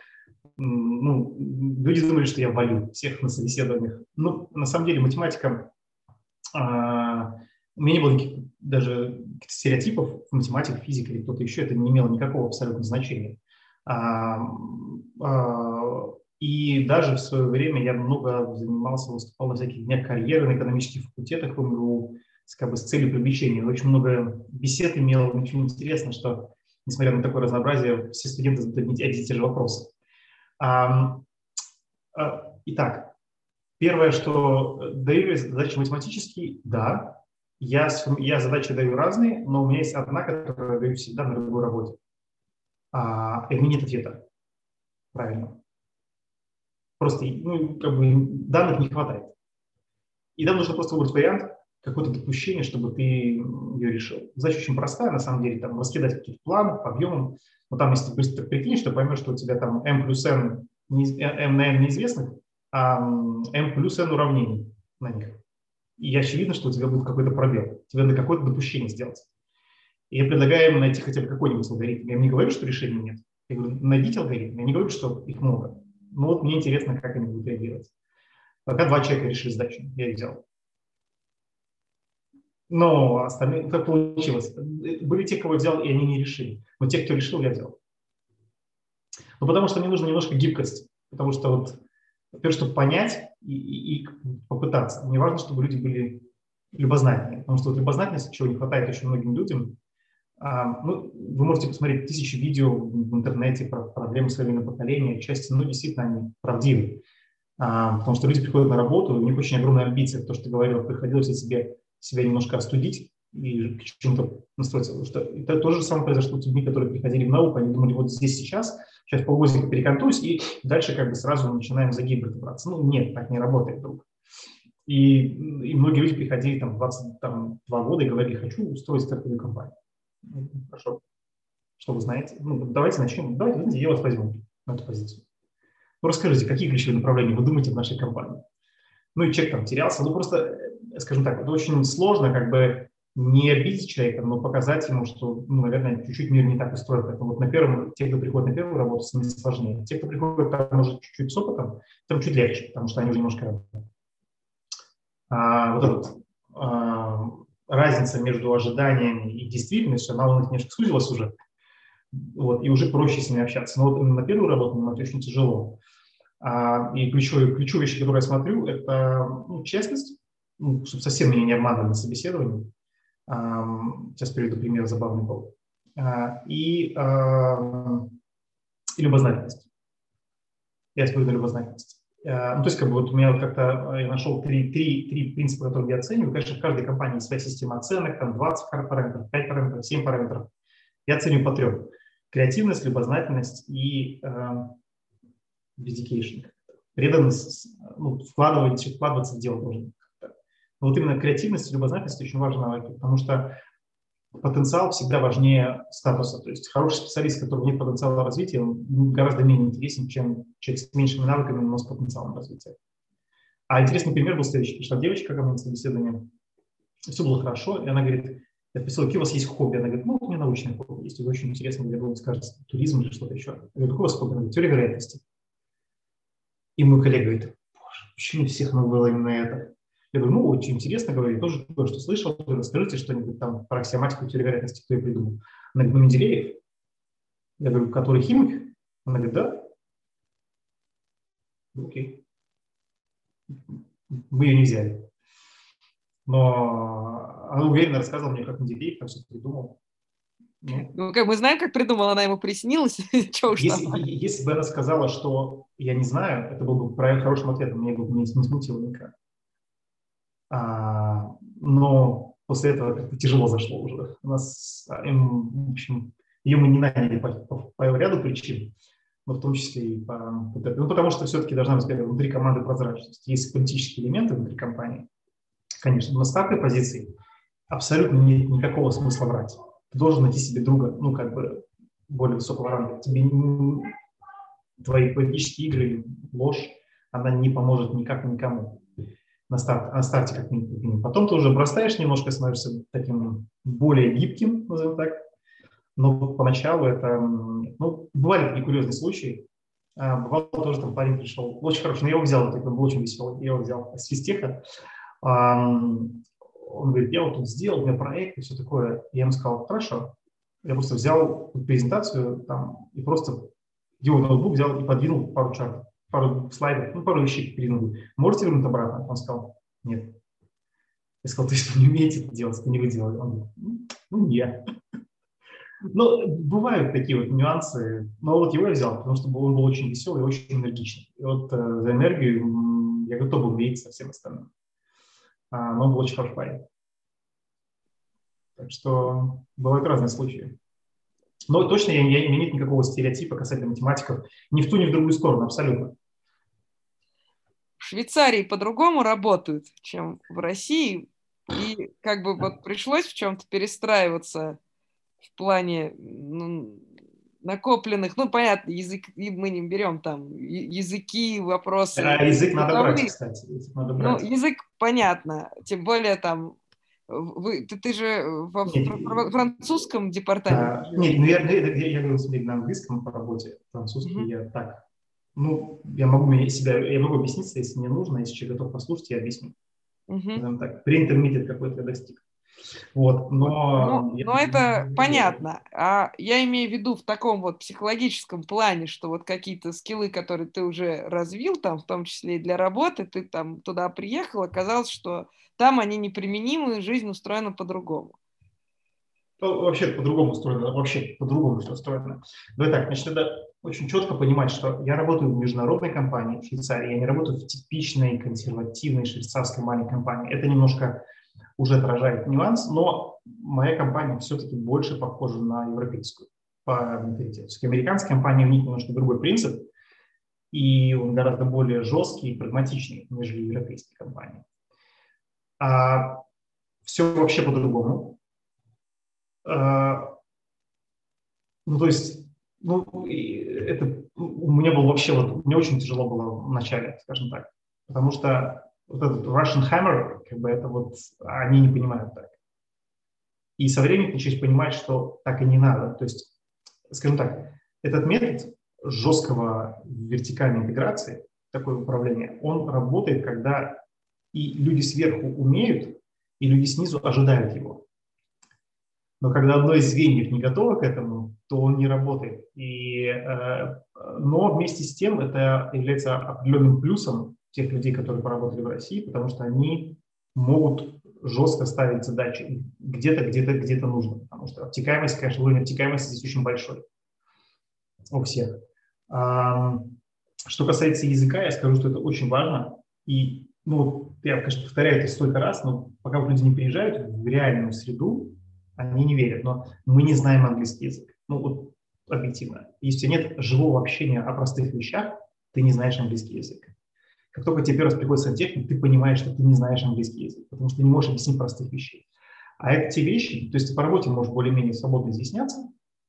ну, люди думали, что я валю всех на собеседованиях. Ну, на самом деле, математика, а, у меня не было никаких даже стереотипов, математика, физика или кто-то еще, это не имело никакого абсолютно значения. А, а, и даже в свое время я много занимался, выступал на всяких днях карьеры на экономических факультетах в эм гэ у, как бы с целью привлечения. Очень много бесед имел, очень интересно, что, несмотря на такое разнообразие, все студенты задают одни и те же вопросы. А, а, итак, первое, что даю задачи математические, да, я, я задачи даю разные, но у меня есть одна, которую я даю всегда на любой работе. А, и у меня нет ответа. Правильно. Просто ну, как бы, данных не хватает. И там нужно просто выбрать вариант, какое-то допущение, чтобы ты ее решил. Задача очень простая, на самом деле, там, раскидать какие-то планы по объемам, но там, если ты быстро прикинешь, то поймешь, что у тебя там m плюс n, m на n неизвестных, а m плюс n уравнений на них. И очевидно, что у тебя будет какой-то пробел. Тебе надо какое-то допущение сделать. И я предлагаю им найти хотя бы какой-нибудь алгоритм. Я им не говорю, что решения нет. Я говорю, найдите алгоритм. Я не говорю, что их много. Но вот мне интересно, как они будут реагировать. Пока два человека решили задачу, я их взял. Но остальные, как получилось? Были те, кого я взял, и они не решили. Но те, кто решил, я взял. Ну, потому что мне нужно немножко гибкости. Потому что вот, во-первых, чтобы понять и, и, и попытаться. Мне важно, чтобы люди были любознательные. Потому что вот любознательности, чего не хватает очень многим людям. А, ну, вы можете посмотреть тысячи видео в интернете про проблемы современного поколения. Часть, ну, действительно, они правдивы. А, потому что люди приходят на работу, у них очень огромная амбиция. То, что ты говорил, приходилось себе, себя немножко остудить и к чему-то настроиться. Потому что это то же самое произошло с людьми, которые приходили в науку. Они думали, вот здесь сейчас, сейчас полгодика перекантуюсь, и дальше как бы сразу начинаем за гибрид браться. Ну, нет, так не работает, друг. И, и многие люди приходили там двадцать два года и говорили, хочу устроить стартовую компанию. Ну, хорошо. Что вы знаете? Ну, давайте начнем. Давайте, я вас возьму на эту позицию. Ну, расскажите, какие ключевые направления вы думаете в нашей компании? Ну, и человек там терялся. Ну, просто, скажем так, это очень сложно как бы не обидеть человека, но показать ему, что, ну, наверное, чуть-чуть мир не так устроен. Поэтому вот на первом, те, кто приходит на первую работу, с ними сложнее. Те, кто приходит там, может, чуть-чуть с опытом, там чуть легче, потому что они уже немножко... А, вот эта вот, а, разница между ожиданиями и действительностью, она у них немножко сузилась уже, вот, и уже проще с ними общаться. Но вот именно на первую работу мне очень тяжело. А, и ключевые, ключевые вещи, которые я смотрю, это ну, честность, ну, чтобы совсем меня не обманывали на собеседовании. А, сейчас приведу пример, забавный был. А, и, а, и любознательность. Я использую на любознательность. А, ну, то есть, как бы вот у меня вот как-то я нашел три, три, три принципа, которые я оцениваю. Конечно, в каждой компании есть своя система оценок, там двадцать параметров, пять параметров, семь параметров. Я оцениваю по трем. Креативность, любознательность и э, dedication. Преданность, ну, вкладывать, вкладываться в дело должен. Но вот именно креативность и любознательность очень важна, потому что потенциал всегда важнее статуса. То есть хороший специалист, у которого нет потенциала развития, он гораздо менее интересен, чем человек с меньшими навыками, но с потенциалом развития. А интересный пример был следующий. Пришла девочка ко мне на собеседование, все было хорошо, и она говорит, я спросил, какие у вас есть хобби? Она говорит, ну, у меня научное хобби есть, это очень интересно, я думаю, скажете, туризм или что-то еще. Я говорю, какое у вас хобби? Она говорит, теория вероятности. И мой коллега говорит, боже, почему всех нам было именно это? Я говорю, ну, очень интересно, говорю, тоже кое-что слышал, расскажите что-нибудь там про аксиоматику теории вероятности, кто ее придумал. Она говорит, ну, Менделеев. Я говорю, который химик? Она говорит, да. Окей. Мы ее не взяли. Но она уверенно рассказывала мне, как Менделеев там все придумал. Ну, ну, как мы знаем, как придумала, она ему приснилась. Чего уж если, там. если бы она сказала, что я не знаю, это был бы правильным, хорошим ответом, мне бы не, не смутило никак. А, но после этого как-то тяжело зашло уже. У нас, им, в общем, ее мы не наняли по, по, по ряду причин, но в том числе и по... Ну, потому что все-таки должна быть внутри команды прозрачность. Есть политические элементы внутри компании. Конечно, на стартовой позиции абсолютно нет никакого смысла врать. Ты должен найти себе друга, ну, как бы, более высокого ранга. Тебе не, твои политические игры, ложь, она не поможет никак никому. На, старт, на старте как минимум. Потом ты уже бросаешь немножко, становишься таким более гибким, назовем так. Но поначалу это... Ну, бывали такие курьезные случаи. А, бывало тоже, там парень пришел, очень хороший, но я его взял, он был очень веселый, я его взял с физтеха. Он говорит, я вот тут сделал, у меня проект и все такое. Я ему сказал, хорошо. Я просто взял презентацию там и просто его ноутбук взял и подвинул пару чартов, пару слайдов, ну, пару вещей передвинул. Можете вернуть обратно? Он сказал, нет. Я сказал, ты что, не умеете это делать, это не вы делали? Он говорит, ну, нет. Но бывают такие вот нюансы. Но вот его я взял, потому что он был очень веселый и очень энергичный. И вот э, за энергию я готов был бить со всем остальным. А, но он был очень хороший парень. Так что бывают разные случаи. Но точно я, я, у меня нет никакого стереотипа касательно математиков ни в ту, ни в другую сторону, абсолютно. В Швейцарии по-другому работают, чем в России. И как бы вот пришлось в чем-то перестраиваться в плане ну, накопленных, ну, понятно, язык, мы не берем там языки, вопросы А язык надо брать, бытовые. кстати. Язык надо Ну, брать. язык понятно, тем более там вы, ты, ты же во Нет, французском департаменте а, живешь. нет, ну, я, я, я, я говорю смотри, на английском по работе, французский Угу. я так. Ну, я могу мне себя, я могу объясниться, если мне нужно, если человек готов послушать, я объясню. Угу. Так, pre-intermediate какой-то я достиг. Вот, Ну, но я, ну, это понятно. А я имею в виду в таком вот психологическом плане, что вот какие-то скиллы, которые ты уже развил, там, в том числе и для работы, ты там туда приехал, оказалось, что там они неприменимы, жизнь устроена по-другому. Ну, вообще по-другому устроено, вообще по-другому все устроено. Давай так, значит, надо очень четко понимать, что я работаю в международной компании в Швейцарии, я не работаю в типичной консервативной швейцарской маленькой компании. Это немножко уже отражает нюанс, но моя компания все-таки больше похожа на европейскую по менталитету. Американская компания, у них немножко другой принцип, и он гораздо более жесткий и прагматичный, нежели европейские компании. А все вообще по-другому. Ну, то есть ну, это у меня было вообще, вот, мне очень тяжело было в начале, скажем так, потому что вот этот Russian Hammer, как бы это вот, они не понимают так. И со временем начать понимать, что так и не надо. То есть, скажем так, этот метод жесткого вертикальной интеграции, такое управление, он работает, когда и люди сверху умеют, и люди снизу ожидают его. Но когда одно из звеньев не готово к этому, то он не работает. И, э, но вместе с тем это является определенным плюсом тех людей, которые поработали в России, потому что они могут жестко ставить задачи где-то, где-то, где-то нужно. Потому что обтекаемость, конечно, уровень обтекаемости здесь очень большой у всех. А, что касается языка, я скажу, что это очень важно. И, ну, я, конечно, повторяю это столько раз, но пока вот люди не приезжают в реальную среду, они не верят, но мы не знаем английский язык. Ну, вот объективно. Если у тебя нет живого общения о простых вещах, ты не знаешь английский язык. Как только тебе первый раз приходит сантехник, ты понимаешь, что ты не знаешь английский язык, потому что ты не можешь объяснить простых вещей. А это те вещи, то есть ты по работе можешь более-менее свободно изъясняться,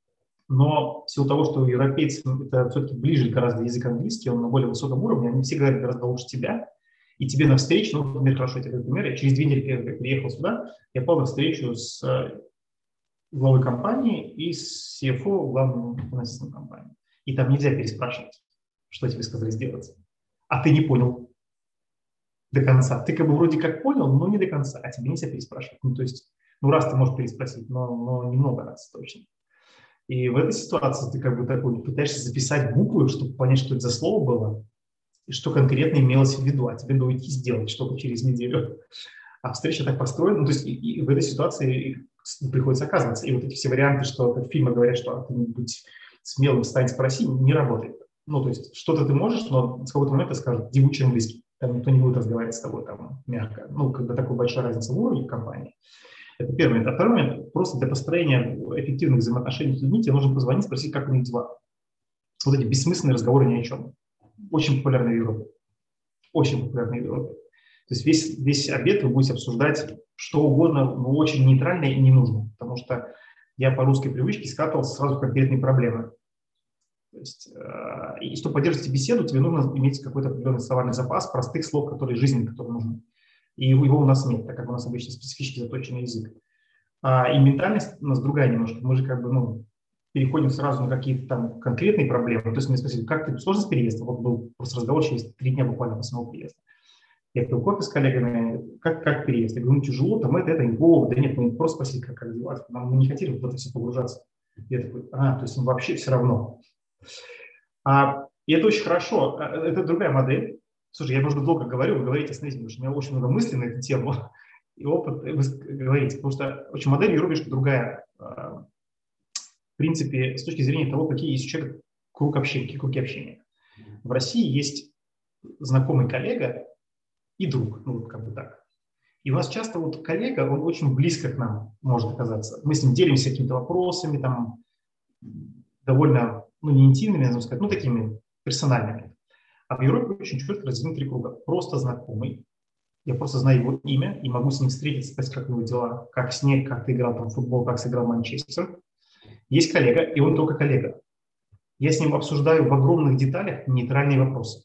но в силу того, что европейцам это все-таки ближе гораздо язык английский, он на более высоком уровне, они все говорят гораздо лучше тебя, и тебе навстречу, ну, например, хорошо, я тебе даю пример, я через две недели, когда я приехал сюда, я попал на встречу с главой компании и с си эф о, главным финансистом компании. И там нельзя переспрашивать, что тебе сказали сделать. А ты не понял до конца. Ты как бы вроде как понял, но не до конца, а тебе нельзя переспрашивать. Ну, то есть, ну, раз ты можешь переспросить, но, но немного раз точно. И в этой ситуации ты как бы такой пытаешься записать буквы, чтобы понять, что это за слово было, и что конкретно имелось в виду, а тебе надо уйти сделать что-то через неделю. А встреча так построена, ну, то есть и, и в этой ситуации приходится оказываться. И вот эти все варианты, что в фильмах говорят, что ты будь смелым, встань, спроси, не работает. Ну, то есть что-то ты можешь, но с какого-то момента скажут, иди учи английский. Там никто не будет разговаривать с тобой там мягко. Ну, когда такая большая разница в уровне компании. Это первый момент. А второй момент, просто для построения эффективных взаимоотношений с людьми тебе нужно позвонить, спросить, как у них дела. Вот эти бессмысленные разговоры ни о чем. Очень популярны в Европе. Очень популярны в Европе. То есть весь, весь обед вы будете обсуждать что угодно, но очень нейтрально и не нужно. Потому что я по русской привычке скатывался сразу в конкретные проблемы. То есть, э, и чтобы поддерживать беседу, тебе нужно иметь какой-то определенный словарный запас простых слов, которые жизненные, которые нужны. И его, его у нас нет, так как у нас обычно специфически заточенный язык. А, и ментальность у нас другая немножко. Мы же как бы, ну, переходим сразу на какие-то там конкретные проблемы. То есть мне спросили, как ты, сложно с переездом? Вот был просто разговор через три дня буквально после моего приезда. Я пил кофе с коллегами, как, как переезд? Я говорю, ну тяжело, там это, это, о, да нет, мы просто спросили, как, как дела. Нам, мы не хотели в это все погружаться. Я такой, а, то есть им вообще все равно. А, и это очень хорошо. Это другая модель. Слушай, я, может быть, долго говорю, вы говорите, смотрите, потому что у меня очень много мыслей на эту тему и опыт, вы говорите, потому что очень модель в Европе другая. В принципе, с точки зрения того, какие есть у человека круг общения, какие круги общения. В России есть знакомый коллега и друг, ну, вот как бы так. И у нас часто вот коллега, он очень близко к нам может оказаться. Мы с ним делимся какими-то вопросами, там, довольно, ну, не интимными, надо сказать, ну, такими персональными. А в Европе очень четко разделены три круга. Просто знакомый. Я просто знаю его имя и могу с ним встретиться, спросить, как у него дела, как снег, как ты играл там в футбол, как сыграл Манчестер. Есть коллега, и он только коллега. Я с ним обсуждаю в огромных деталях нейтральные вопросы.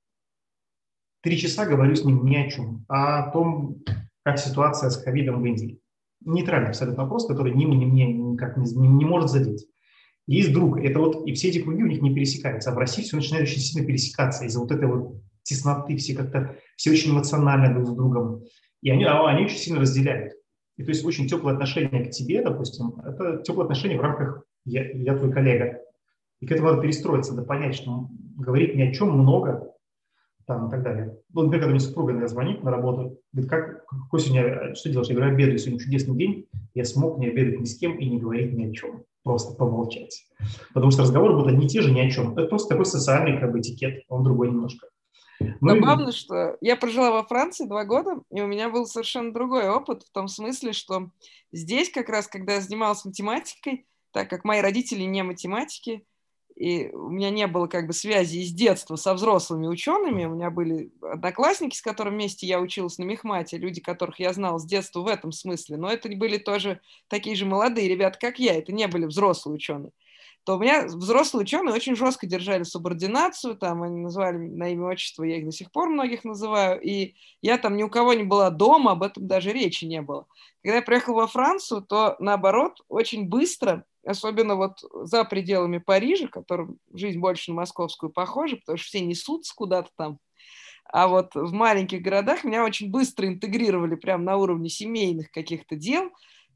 Три часа говорю с ним ни о чем, а о том, как ситуация с ковидом в Индии. Нейтральный абсолютно вопрос, который ни мне, ни мне никак не, не, не может задеть. Есть друг, это вот, и все эти круги у них не пересекаются. А в России все начинает очень сильно пересекаться из-за вот этой вот тесноты, все как-то, все очень эмоционально друг с другом. И они, они очень сильно разделяют. И то есть очень теплое отношение к тебе, допустим, это теплое отношение в рамках «я, я твой коллега». И к этому надо перестроиться, надо понять, что говорить ни о чем много, там, и так далее. Ну, например, когда мне супруга иногда звонит на работу, говорит, как, какой сегодня, что делаешь? Я говорю, обедаю, сегодня чудесный день, я смог не обедать ни с кем и не говорить ни о чем, просто помолчать. Потому что разговоры будут не те же ни о чем. Это просто такой социальный как бы этикет, он другой немножко. Ну, Забавно, и... что я прожила во Франции два года, и у меня был совершенно другой опыт в том смысле, что здесь как раз, когда я занималась математикой, так как мои родители не математики, и у меня не было как бы связи из детства со взрослыми учеными, у меня были одноклассники, с которыми вместе я училась на мехмате, люди, которых я знала с детства в этом смысле, но это были тоже такие же молодые ребята, как я, это не были взрослые ученые. то у меня взрослые ученые очень жестко держали субординацию, там они называли на имя отчество, я их до сих пор многих называю, и я там ни у кого не была дома, об этом даже речи не было. Когда я приехала во Францию, то наоборот, очень быстро, особенно вот за пределами Парижа, которым жизнь больше на московскую похожа, потому что все несутся куда-то там, а вот в маленьких городах меня очень быстро интегрировали прямо на уровне семейных каких-то дел,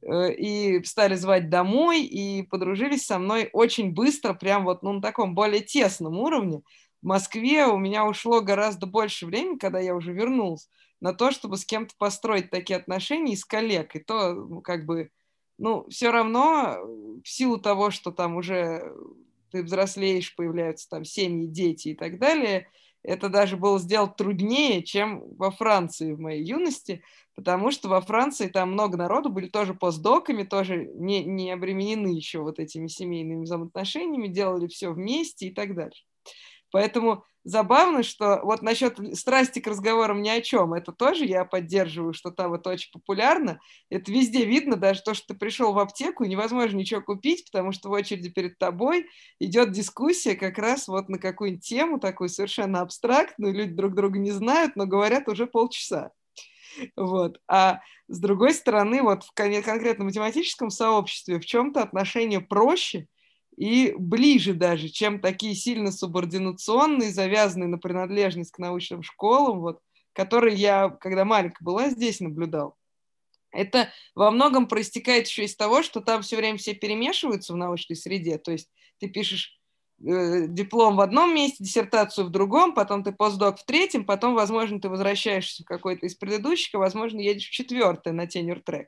и стали звать домой, и подружились со мной очень быстро, прям вот ну, на таком более тесном уровне. В Москве у меня ушло гораздо больше времени, когда я уже вернулась, на то, чтобы с кем-то построить такие отношения из коллег. И то, ну, как бы, ну, все равно в силу того, что там уже ты взрослеешь, появляются там семьи, дети и так далее, это даже было сделать труднее, чем во Франции в моей юности, потому что во Франции там много народу, были тоже постдоками, тоже не, не обременены еще вот этими семейными взаимоотношениями, делали все вместе и так дальше. Поэтому забавно, что вот насчет страсти к разговорам ни о чем, это тоже я поддерживаю, что там это очень популярно. Это везде видно, даже то, что ты пришел в аптеку, и невозможно ничего купить, потому что в очереди перед тобой идет дискуссия как раз вот на какую-нибудь тему, такую совершенно абстрактную, люди друг друга не знают, но говорят уже полчаса. Вот. А с другой стороны, вот в конкретно математическом сообществе в чем-то отношения проще и ближе даже, чем такие сильно субординационные, завязанные на принадлежность к научным школам, вот, которые я, когда маленькая была, здесь наблюдал. Это во многом проистекает еще из того, что там все время все перемешиваются в научной среде, то есть ты пишешь диплом в одном месте, диссертацию в другом, потом ты постдок в третьем, потом, возможно, ты возвращаешься в какой-то из предыдущих, а, возможно, едешь в четвертое на тенюр-трек.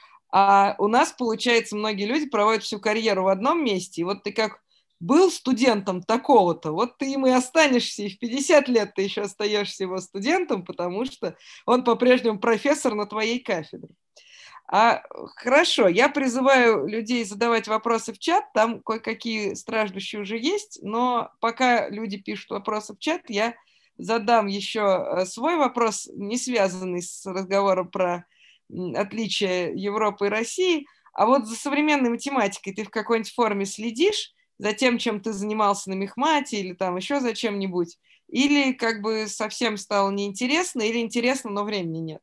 А у нас, получается, многие люди проводят всю карьеру в одном месте, и вот ты как был студентом такого-то, вот ты им и останешься, и в пятьдесят лет ты еще остаешься его студентом, потому что он по-прежнему профессор на твоей кафедре. А, хорошо, я призываю людей задавать вопросы в чат, там кое-какие страждущие уже есть, но пока люди пишут вопросы в чат, я задам еще свой вопрос, не связанный с разговором про отличия Европы и России, а вот за современной математикой ты в какой-нибудь форме следишь за тем, чем ты занимался на мехмате или там еще за чем-нибудь, или как бы совсем стало неинтересно, или интересно, но времени нет?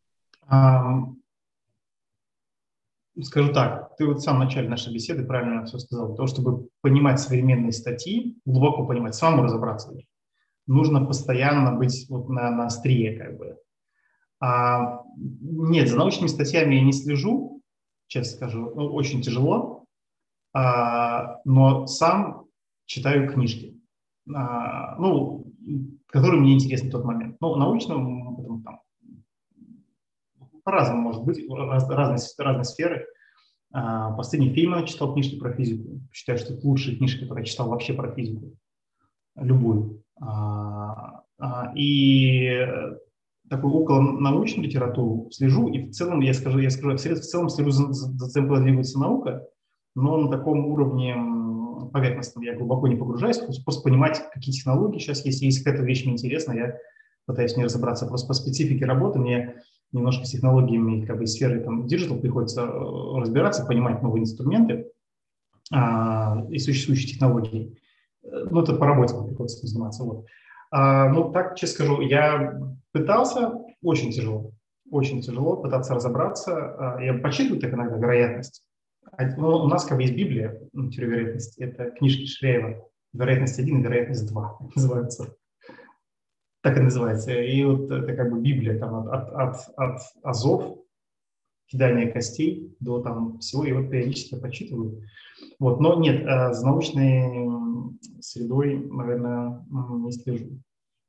Скажу так, ты вот в самом начале нашей беседы правильно все сказал. Для того, чтобы понимать современные статьи, глубоко понимать, самому разобраться в них, нужно постоянно быть вот на, на острие, как бы. А, нет, за научными статьями я не слежу, честно скажу, ну, очень тяжело, а, но сам читаю книжки, а, ну, которые мне интересны в тот момент. Ну, научным, там, по-разному может быть, раз, разные, разные сферы. А, последний фильм я читал книжки про физику. Считаю, что это лучшие книжки, которые я читал вообще про физику. Любую. А, а, и такую около научную литературу слежу, и в целом, я скажу, я скажу, в целом слежу за, за тем, куда двигается наука, но на таком уровне поверхностном я глубоко не погружаюсь, просто понимать, какие технологии сейчас есть. Если какая-то вещь мне интересна, я пытаюсь в ней разобраться. Просто по специфике работы мне немножко с технологиями, как бы, сферы там, диджитал приходится разбираться, понимать новые инструменты а, и существующие технологии. Ну, это по работе приходится заниматься. Вот. А, ну, так, честно скажу, я пытался, очень тяжело, очень тяжело пытаться разобраться. Я почитываю так иногда вероятность. Ну, у нас как бы есть Библия, ну, теория вероятности, это книжки Шрейева, вероятность один и вероятность два называются. Так и называется. И вот это как бы Библия там, от, от, от азов, кидания костей до там всего, и вот периодически я почитываю. Вот. Но нет, за научной средой, наверное, не слежу.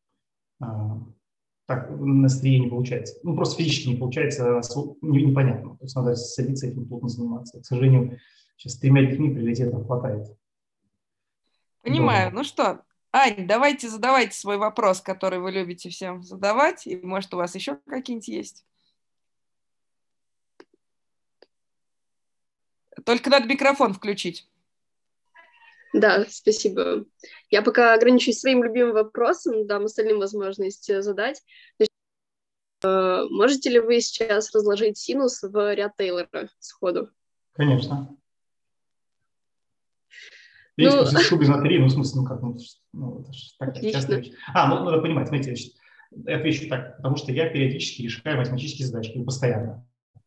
Так, на острие не получается. Ну, просто физически не получается, непонятно. То есть надо садиться этим плотно заниматься. К сожалению, сейчас с тремя детьми приоритетов хватает. Понимаю. Дома. Ну что, Ань, давайте задавайте свой вопрос, который вы любите всем задавать, и, может, у вас еще какие-нибудь есть. Только надо микрофон включить. Да, спасибо. Я пока ограничусь своим любимым вопросом, дам остальным возможность задать. Значит, можете ли вы сейчас разложить синус в ряд Тейлора сходу? Конечно. Есть Ну, по шесту без на три, ну, в смысле, ну как, ну, ну это же такая отлично. частая вещь. А, ну, надо понимать, смотрите, значит, я отвечу так, потому что я периодически решаю математические задачки, ну, постоянно.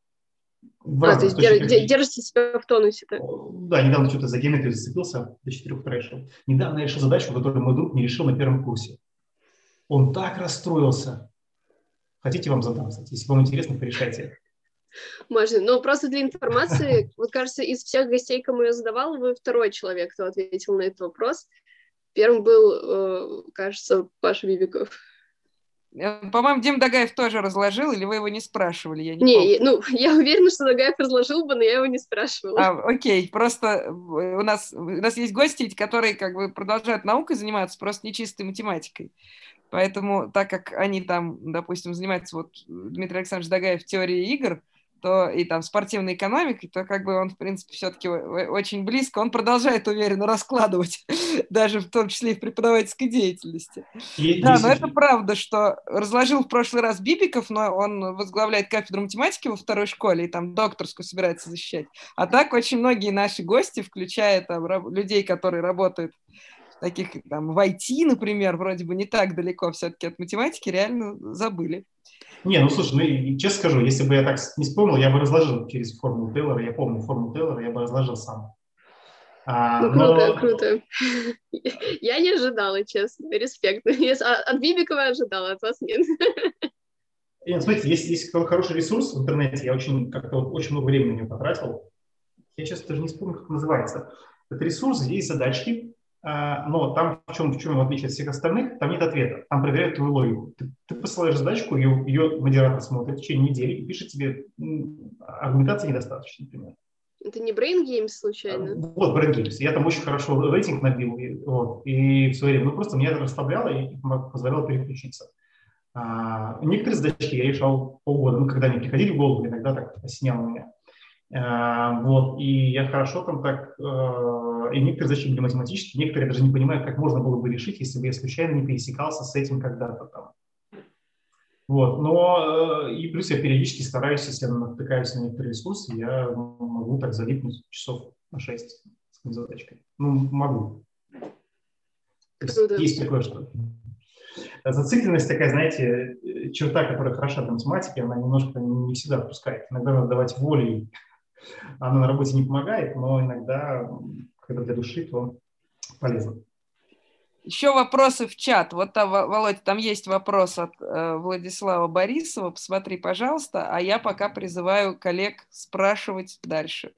В А, то разных есть дер- источниках. де- держите себя в тонусе-то. Да, недавно что-то за геометрию зацепился, до четырех утра решил. Недавно я решил задачу, которую мой друг не решил на первом курсе. Он так расстроился. Хотите, вам задам, кстати? Если вам интересно, порешайте. Можно. Но просто для информации, вот кажется, из всех гостей, кому я задавала, вы второй человек, кто ответил на этот вопрос. Первым был, э, кажется, Паша Бибиков. Э, По-моему, Дим Дагаев тоже разложил, или вы его не спрашивали? Я не Не, помню. я- ну, я уверена, что Дагаев разложил бы, но я его не спрашивала. А, окей, просто у нас, у нас есть гости, которые как бы продолжают наукой заниматься, просто не чистой математикой. Поэтому, так как они там, допустим, занимаются, вот Дмитрий Александрович Дагаев теорией игр, то и там спортивной экономикой, то как бы он, в принципе, все-таки очень близко, он продолжает уверенно раскладывать, даже в том числе и в преподавательской деятельности. И Да, но действительно- это правда, что разложил в прошлый раз Бибиков, но он возглавляет кафедру математики во второй школе и там докторскую собирается защищать. А так очень многие наши гости, включая там раб- людей, которые работают таких там в ай ти, например, вроде бы не так далеко все-таки от математики, реально забыли. Не, ну слушай, ну и честно скажу, если бы я так не вспомнил, я бы разложил через формулу Тейлора, я помню формулу Тейлора, я бы разложил сам. А, Ну, круто, но... круто. Я не ожидала, честно, респект. Я с- а- от Бибикова ожидала, от вас нет. И, смотрите, есть, есть хороший ресурс в интернете, я очень, как-то вот очень много времени на него потратил. Я сейчас даже не вспомню, как называется. Это ресурс, где есть задачки, а, но там в чем, в чем отличие от всех остальных, там нет ответа, там проверяют твою логику. Ты, ты посылаешь задачку, ее, ее модератор смотрит в течение недели и пишет тебе, м, аргументации недостаточно, например. Это не Brain Games, случайно? Вот, Brain Games. Я там очень хорошо рейтинг набил, и, вот, и в свое время, ну, просто меня это расслабляло и позволяло переключиться. А, некоторые задачки я решал полгода, ну, когда они приходили в голову, иногда так осеняло меня. А, вот, и я хорошо там так, э, и некоторые задачки были математические, некоторые я даже не понимаю, как можно было бы решить, если бы я случайно не пересекался с этим когда-то там. Вот, но э, и плюс я периодически стараюсь, если я натыкаюсь на некоторые ресурсы, я могу так залипнуть часов на шесть с задачкой. Ну, могу. То есть, Круто. есть такое, что... Зацикленность такая, знаете, черта, которая хороша для математики, она немножко не всегда отпускает. Иногда надо давать волю, она на работе не помогает, но иногда, когда для души, то полезно. Еще вопросы в чат. Вот там, Володь, там есть вопрос от э, Владислава Борисова. Посмотри, пожалуйста. А я пока призываю коллег спрашивать дальше.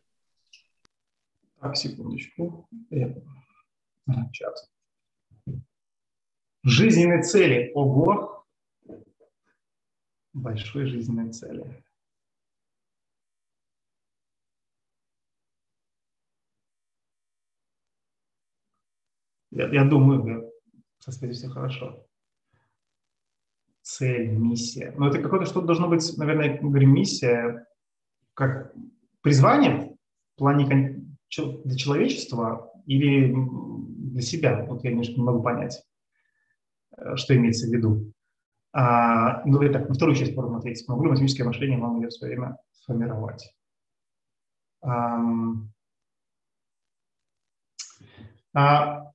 Так, секундочку. Чат. Жизненные цели. Ого! Большой жизненные цели. Я, я думаю, да, кстати, все хорошо. Цель, миссия. Но это какое-то что-то должно быть, наверное, мы говорим, миссия, как призвание в плане для человечества или для себя. Вот я немножко не могу понять, что имеется в виду. А, ну, давай так, на вторую часть можно ответить. Могу ли математическое мышление вам ее в свое время сформировать? Ам, а,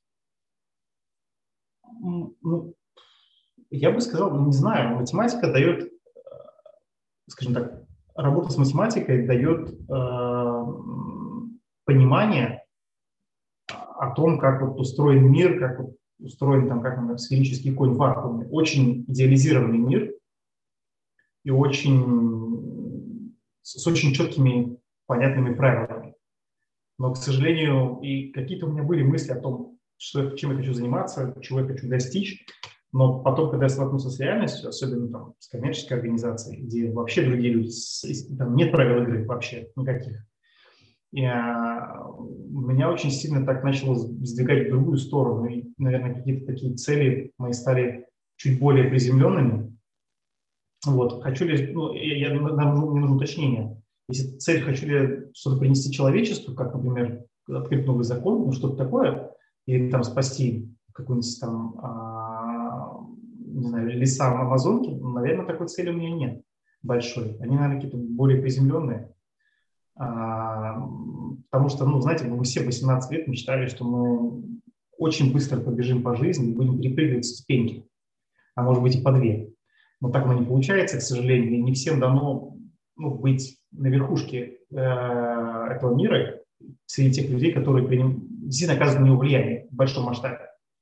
ну, я бы сказал, не знаю, математика дает, скажем так, работа с математикой дает э, понимание о том, как вот устроен мир, как вот устроен там, как он, сферический конь в вакууме. Очень идеализированный мир и очень, с очень четкими, понятными правилами. Но, к сожалению, и какие-то у меня были мысли о том, что, чем я хочу заниматься, чего я хочу достичь. Но потом, когда я столкнулся с реальностью, особенно там, с коммерческой организацией, где вообще другие люди, там нет правил игры вообще никаких, и, а, меня очень сильно так начало сдвигать в другую сторону. И, наверное, какие-то такие цели мои стали чуть более приземленными. Вот. Хочу ли, ну, я, я, нам нужно, мне нужно уточнение. Если цель, хочу ли я что-то принести человечеству, как, например, открыть новый закон, ну, что-то такое, или там спасти какую-нибудь там, а, не знаю, леса в Амазонке, наверное, такой цели у меня нет большой. Они, наверное, какие-то более приземленные. А, потому что, ну, знаете, мы все в восемнадцать лет мечтали, что мы очень быстро побежим по жизни и будем перепрыгивать ступеньки, а может быть и по две. Но так оно не получается, к сожалению, и не всем дано, ну, быть на верхушке э, этого мира среди тех людей, которые приним... действительно оказывают на него влияние в большом масштабе.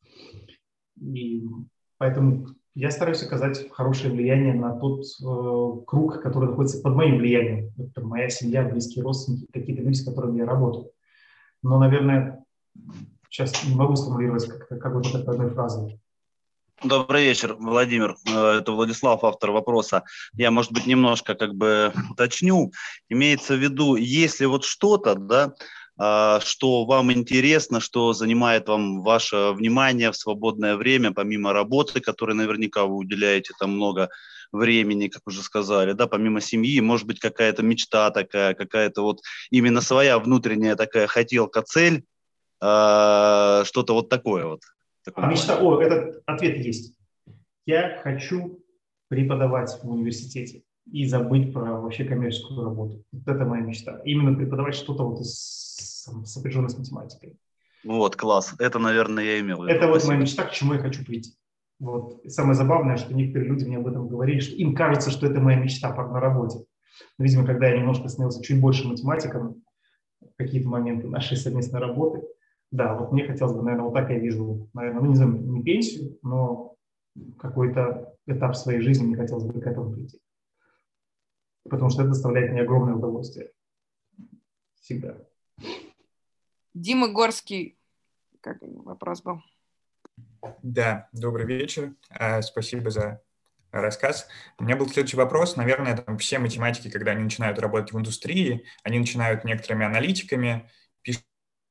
И поэтому я стараюсь оказать хорошее влияние на тот э, круг, который находится под моим влиянием. Это моя семья, близкие родственники, какие-то люди, с которыми я работаю. Но, наверное, сейчас не могу сформулировать как, как вот это одной фразой. Добрый вечер, Владимир. Это Владислав, автор вопроса. Я, может быть, немножко как бы уточню. Имеется в виду, если вот что-то, да, что вам интересно, что занимает вам ваше внимание в свободное время, помимо работы, которой наверняка вы уделяете там много времени, как уже сказали, да, помимо семьи, может быть, какая-то мечта такая, какая-то вот именно своя внутренняя такая хотелка, цель, что-то вот такое вот. А мечта, о, этот ответ есть. Я хочу преподавать в университете и забыть про вообще коммерческую работу. Вот это моя мечта. Именно преподавать что-то вот из, сопряженное с математикой. Вот, класс. Это, наверное, я имел в виду. Это вот моя мечта, к чему я хочу прийти. Вот. И самое забавное, что некоторые люди мне об этом говорили, что им кажется, что это моя мечта на работе. Но, видимо, когда я немножко становился чуть больше математиком, какие-то моменты нашей совместной работы, да, вот мне хотелось бы, наверное, вот так я вижу, наверное, ну, не знаю, не пенсию, но какой-то этап своей жизни мне хотелось бы к этому прийти. Потому что это доставляет мне огромное удовольствие. Всегда. Дима Горский, как вопрос был? Да, добрый вечер. Спасибо за рассказ. У меня был следующий вопрос. Наверное, там все математики, когда они начинают работать в индустрии, они начинают некоторыми аналитиками, пишут.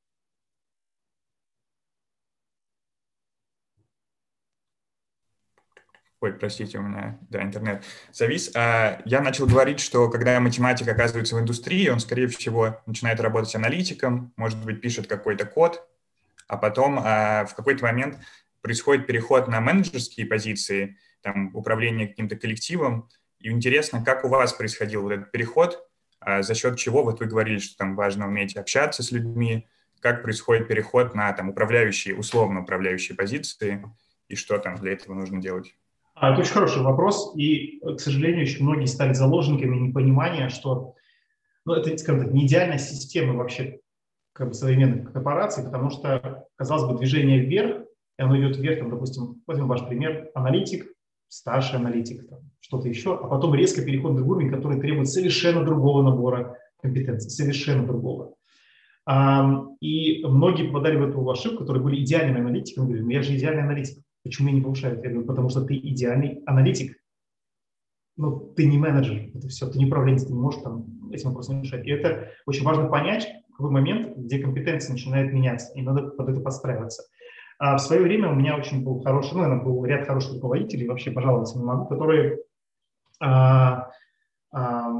Ой, простите, у меня, да, интернет завис. А, я начал говорить, что когда математик оказывается в индустрии, он, скорее всего, начинает работать аналитиком, может быть, пишет какой-то код, а потом а, в какой-то момент происходит переход на менеджерские позиции, там, управление каким-то коллективом. И интересно, как у вас происходил вот этот переход, а, за счет чего, вот вы говорили, что там важно уметь общаться с людьми, как происходит переход на там, управляющие, условно управляющие позиции, и что там для этого нужно делать? А, это очень хороший вопрос, и, к сожалению, очень многие стали заложниками непонимания, что, ну, это, скажем так, не идеальная система вообще как бы современных корпораций, потому что, казалось бы, движение вверх, и оно идет вверх, там, допустим, возьмем ваш пример, аналитик, старший аналитик, там, что-то еще, а потом резко переход в другой уровень, который требует совершенно другого набора компетенций, совершенно другого. А, и многие попадали в эту ошибку, которые были идеальными аналитиками, говорили, ну, я же идеальный аналитик. Почему меня не повышают? Я говорю, потому что ты идеальный аналитик. Но ты не менеджер. Это все, ты не управленец, ты не можешь там этим вопросом решать. И это очень важно понять, в какой момент, где компетенция начинает меняться, и надо под это подстраиваться. А в свое время у меня очень был хороший, ну, наверное, был ряд хороших руководителей, вообще пожаловаться не могу, которые, а, а,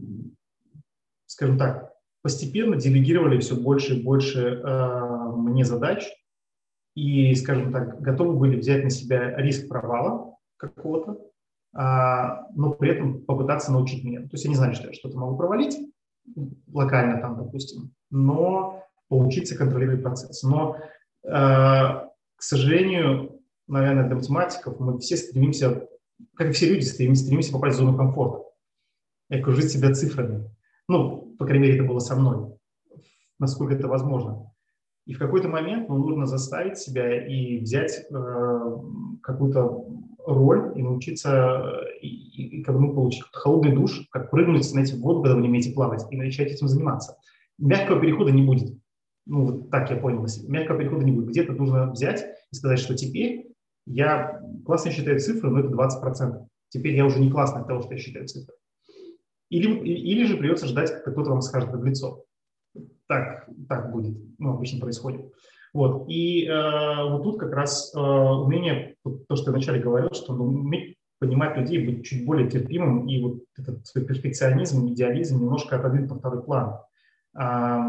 скажем так, постепенно делегировали все больше и больше а, мне задач, и, скажем так, готовы были взять на себя риск провала какого-то, а, но при этом попытаться научить меня. То есть они знали, что я что-то могу провалить, локально там, допустим, но поучиться контролировать процесс. Но, а, к сожалению, наверное, для математиков мы все стремимся, как и все люди, стремимся, стремимся попасть в зону комфорта и окружить себя цифрами. Ну, по крайней мере, это было со мной, насколько это возможно. И в какой-то момент ну, нужно заставить себя и взять э, какую-то роль и научиться, и, и, и как бы получить холодный душ, как прыгнуть, знаете, в воду, когда вы не умеете плавать, и начать этим заниматься. Мягкого перехода не будет. Ну, вот так я понял себе. Мягкого перехода не будет. Где-то нужно взять и сказать, что теперь я классно считаю цифры, но это двадцать процентов. Теперь я уже не классный от того, что я считаю цифры. Или, или же придется ждать, когда кто-то вам скажет в лицо. Так, так будет, ну, обычно происходит. Вот. И э, вот тут как раз э, умение, вот то, что я вначале говорил, что ну, уметь понимать людей, быть чуть более терпимым, и вот этот свой перфекционизм, идеализм немножко отодвинуть на второй план. А,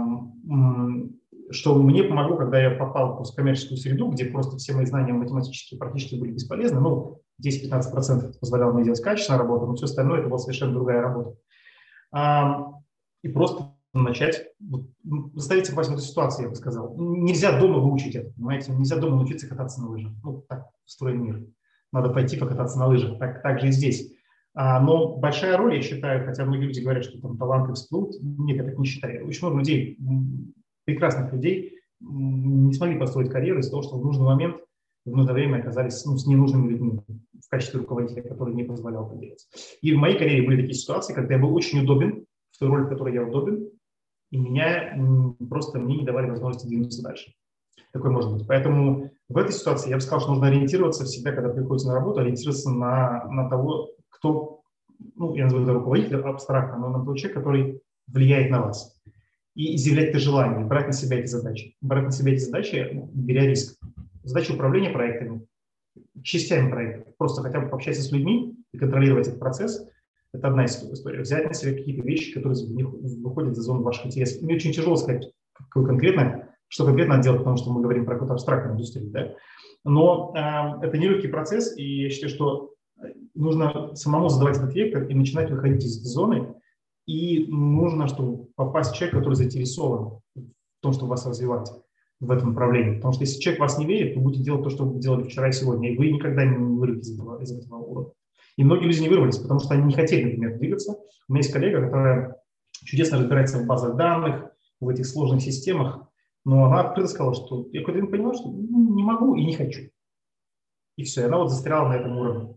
что мне помогло, когда я попал в коммерческую среду, где просто все мои знания математические практически были бесполезны, ну, десять-пятнадцать процентов позволяло мне делать качественную работу, но все остальное это была совершенно другая работа. А, и просто начать, вот, заставить себя попасть в эту ситуацию, я бы сказал. Нельзя дома выучить это, понимаете? Нельзя дома научиться кататься на лыжах. Ну, так устроен мир. Надо пойти покататься на лыжах. Так, так же и здесь. А, но большая роль, я считаю, хотя многие люди говорят, что там таланты всплывут, нет, я так не считаю. Очень много людей, прекрасных людей, не смогли построить карьеру из-за того, что в нужный момент, в нужное время оказались ну, с ненужными людьми в качестве руководителя, который не позволял это делать. И в моей карьере были такие ситуации, когда я был очень удобен в той роли, в которой я удобен, и меня просто мне не давали возможности двинуться дальше. Такое может быть. Поэтому в этой ситуации я бы сказал, что нужно ориентироваться всегда, когда приходится на работу, ориентироваться на, на того, кто, ну, я называю это руководитель абстрактно, но на того человека, который влияет на вас. И изъявлять это желание, брать на себя эти задачи. Брать на себя эти задачи, беря риск. Задача управления проектами, частями проектов. Просто хотя бы пообщаться с людьми и контролировать этот процесс. Это одна история. Взять на себя какие-то вещи, которые выходят за зону ваших интересов. Мне очень тяжело сказать, какое конкретно, что конкретно надо делать, потому что мы говорим про какую-то абстрактную индустрию. Да? Но э, это нелегкий процесс, и я считаю, что нужно самому задавать этот вектор и начинать выходить из этой зоны. И нужно, чтобы попасть в человек, который заинтересован в том, чтобы вас развивать в этом направлении. Потому что если человек вас не верит, вы будете делать то, что вы делали вчера и сегодня, и вы никогда не вырветесь из этого, из этого уровня. И многие люди не вырвались, потому что они не хотели, например, двигаться. У меня есть коллега, которая чудесно разбирается в базах данных, в этих сложных системах, но она открыто сказала, что я какой-то день поняла, что ну, не могу и не хочу. И все, и она вот застряла на этом уровне.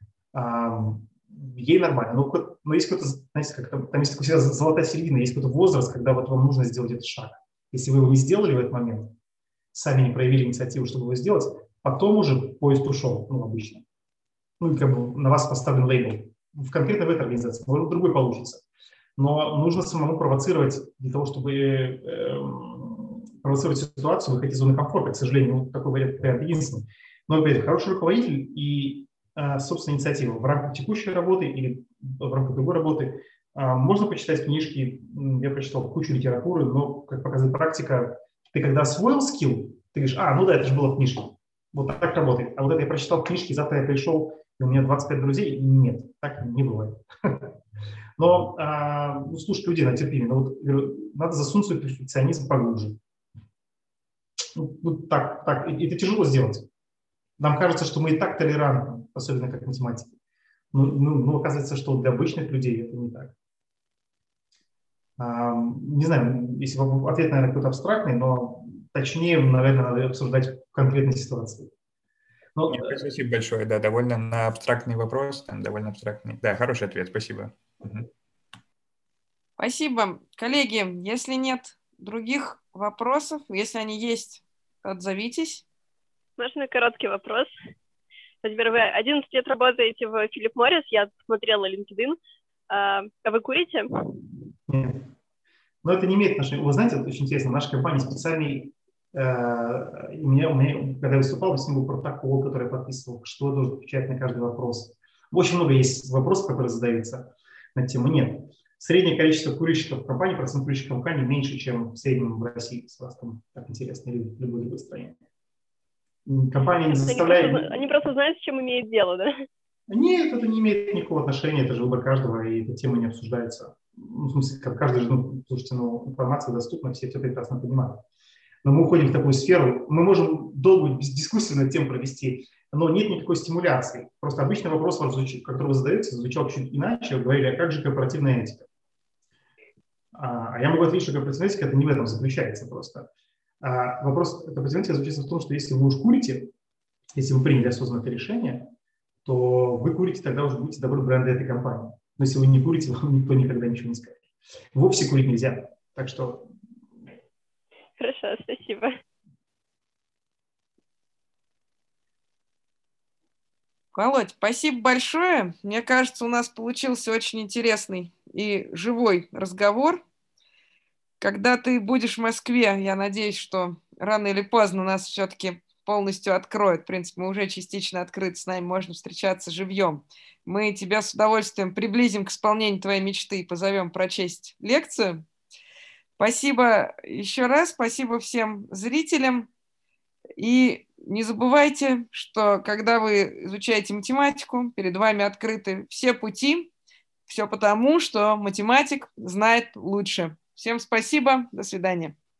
А, ей нормально. Но, но есть какой-то, знаете, как там, там есть всегда золотая середина, есть какой-то возраст, когда вот вам нужно сделать этот шаг. Если вы его не сделали в этот момент, сами не проявили инициативу, чтобы его сделать, потом уже поезд ушел, ну, обычно. Ну, как бы на вас поставлен лейбл. Конкретно в этой организации, может, другой получится. Но нужно самому провоцировать для того, чтобы э, провоцировать ситуацию, выходить из зоны комфорта. К сожалению, вот такой вариант единственный. Но, опять, хороший руководитель и, э, собственно, инициатива в рамках текущей работы или в рамках другой работы. Э, можно почитать книжки, я прочитал кучу литературы, но, как показывает практика, ты когда освоил скилл, ты говоришь, а, ну да, это же было в книжке. Вот так работает. А вот это я прочитал книжки, завтра я пришел, и у меня двадцать пять друзей. Нет, так не бывает. Но а, ну, слушать людей надо терпение. Но вот, надо засунуть свой перфекционизм поглубже. Ну, вот так, так. И это тяжело сделать. Нам кажется, что мы и так толерантны, особенно как математики. Но, ну, ну, оказывается, что для обычных людей это не так. А, не знаю, если ответ, наверное, какой-то абстрактный, но точнее, наверное, надо обсуждать в конкретной ситуации. Но... Спасибо большое, да, довольно на абстрактный вопрос, там, довольно абстрактный. Да, хороший ответ, спасибо. Угу. Спасибо. Коллеги, если нет других вопросов, если они есть, отзовитесь. Можно короткий вопрос? Например, вы одиннадцать лет работаете в Philip Morris, я смотрела LinkedIn, а вы курите? Нет. Но это не имеет отношения. Вы знаете, это очень интересно, наша компания специальный, э, у, меня, у меня, когда я выступал, с ним был протокол, который я подписывал, что должен отвечать на каждый вопрос. Очень много есть вопросов, которые задаются на тему. Нет. Среднее количество курильщиков в компании, процент курильщиков в компании меньше, чем в среднем в России, с вас там так интересно, или в любой другой стране. Компания не заставляет... Они просто, они просто знают, с чем имеют дело, да? Нет, это не имеет никакого отношения, это же выбор каждого, и эта тема не обсуждается. Ну, в смысле, как каждый же, ну, слушайте, ну, информация доступна, все все прекрасно понимают. Но мы уходим в такую сферу, мы можем долгую дискуссию над тем провести, но нет никакой стимуляции. Просто обычный вопрос, который вы задаете, звучал чуть иначе, вы говорили, а как же корпоративная этика? А я могу ответить, что корпоративная этика это не в этом заключается просто. А вопрос корпоративной этики заключается в том, что если вы уж курите, если вы приняли осознанное решение, то вы курите, тогда уже будете добры бренда этой компании. Но если вы не курите, вам никто никогда ничего не скажет. Вовсе курить нельзя. Так что... Хорошо, спасибо. Володь, спасибо большое. Мне кажется, у нас получился очень интересный и живой разговор. Когда ты будешь в Москве, я надеюсь, что рано или поздно нас все-таки полностью откроют. В принципе, мы уже частично открыты, с нами можно встречаться живьем. Мы тебя с удовольствием приблизим к исполнению твоей мечты и позовем прочесть лекцию. Спасибо еще раз, спасибо всем зрителям. И не забывайте, что когда вы изучаете математику, перед вами открыты все пути. Все потому, что математик знает лучше. Всем спасибо. До свидания.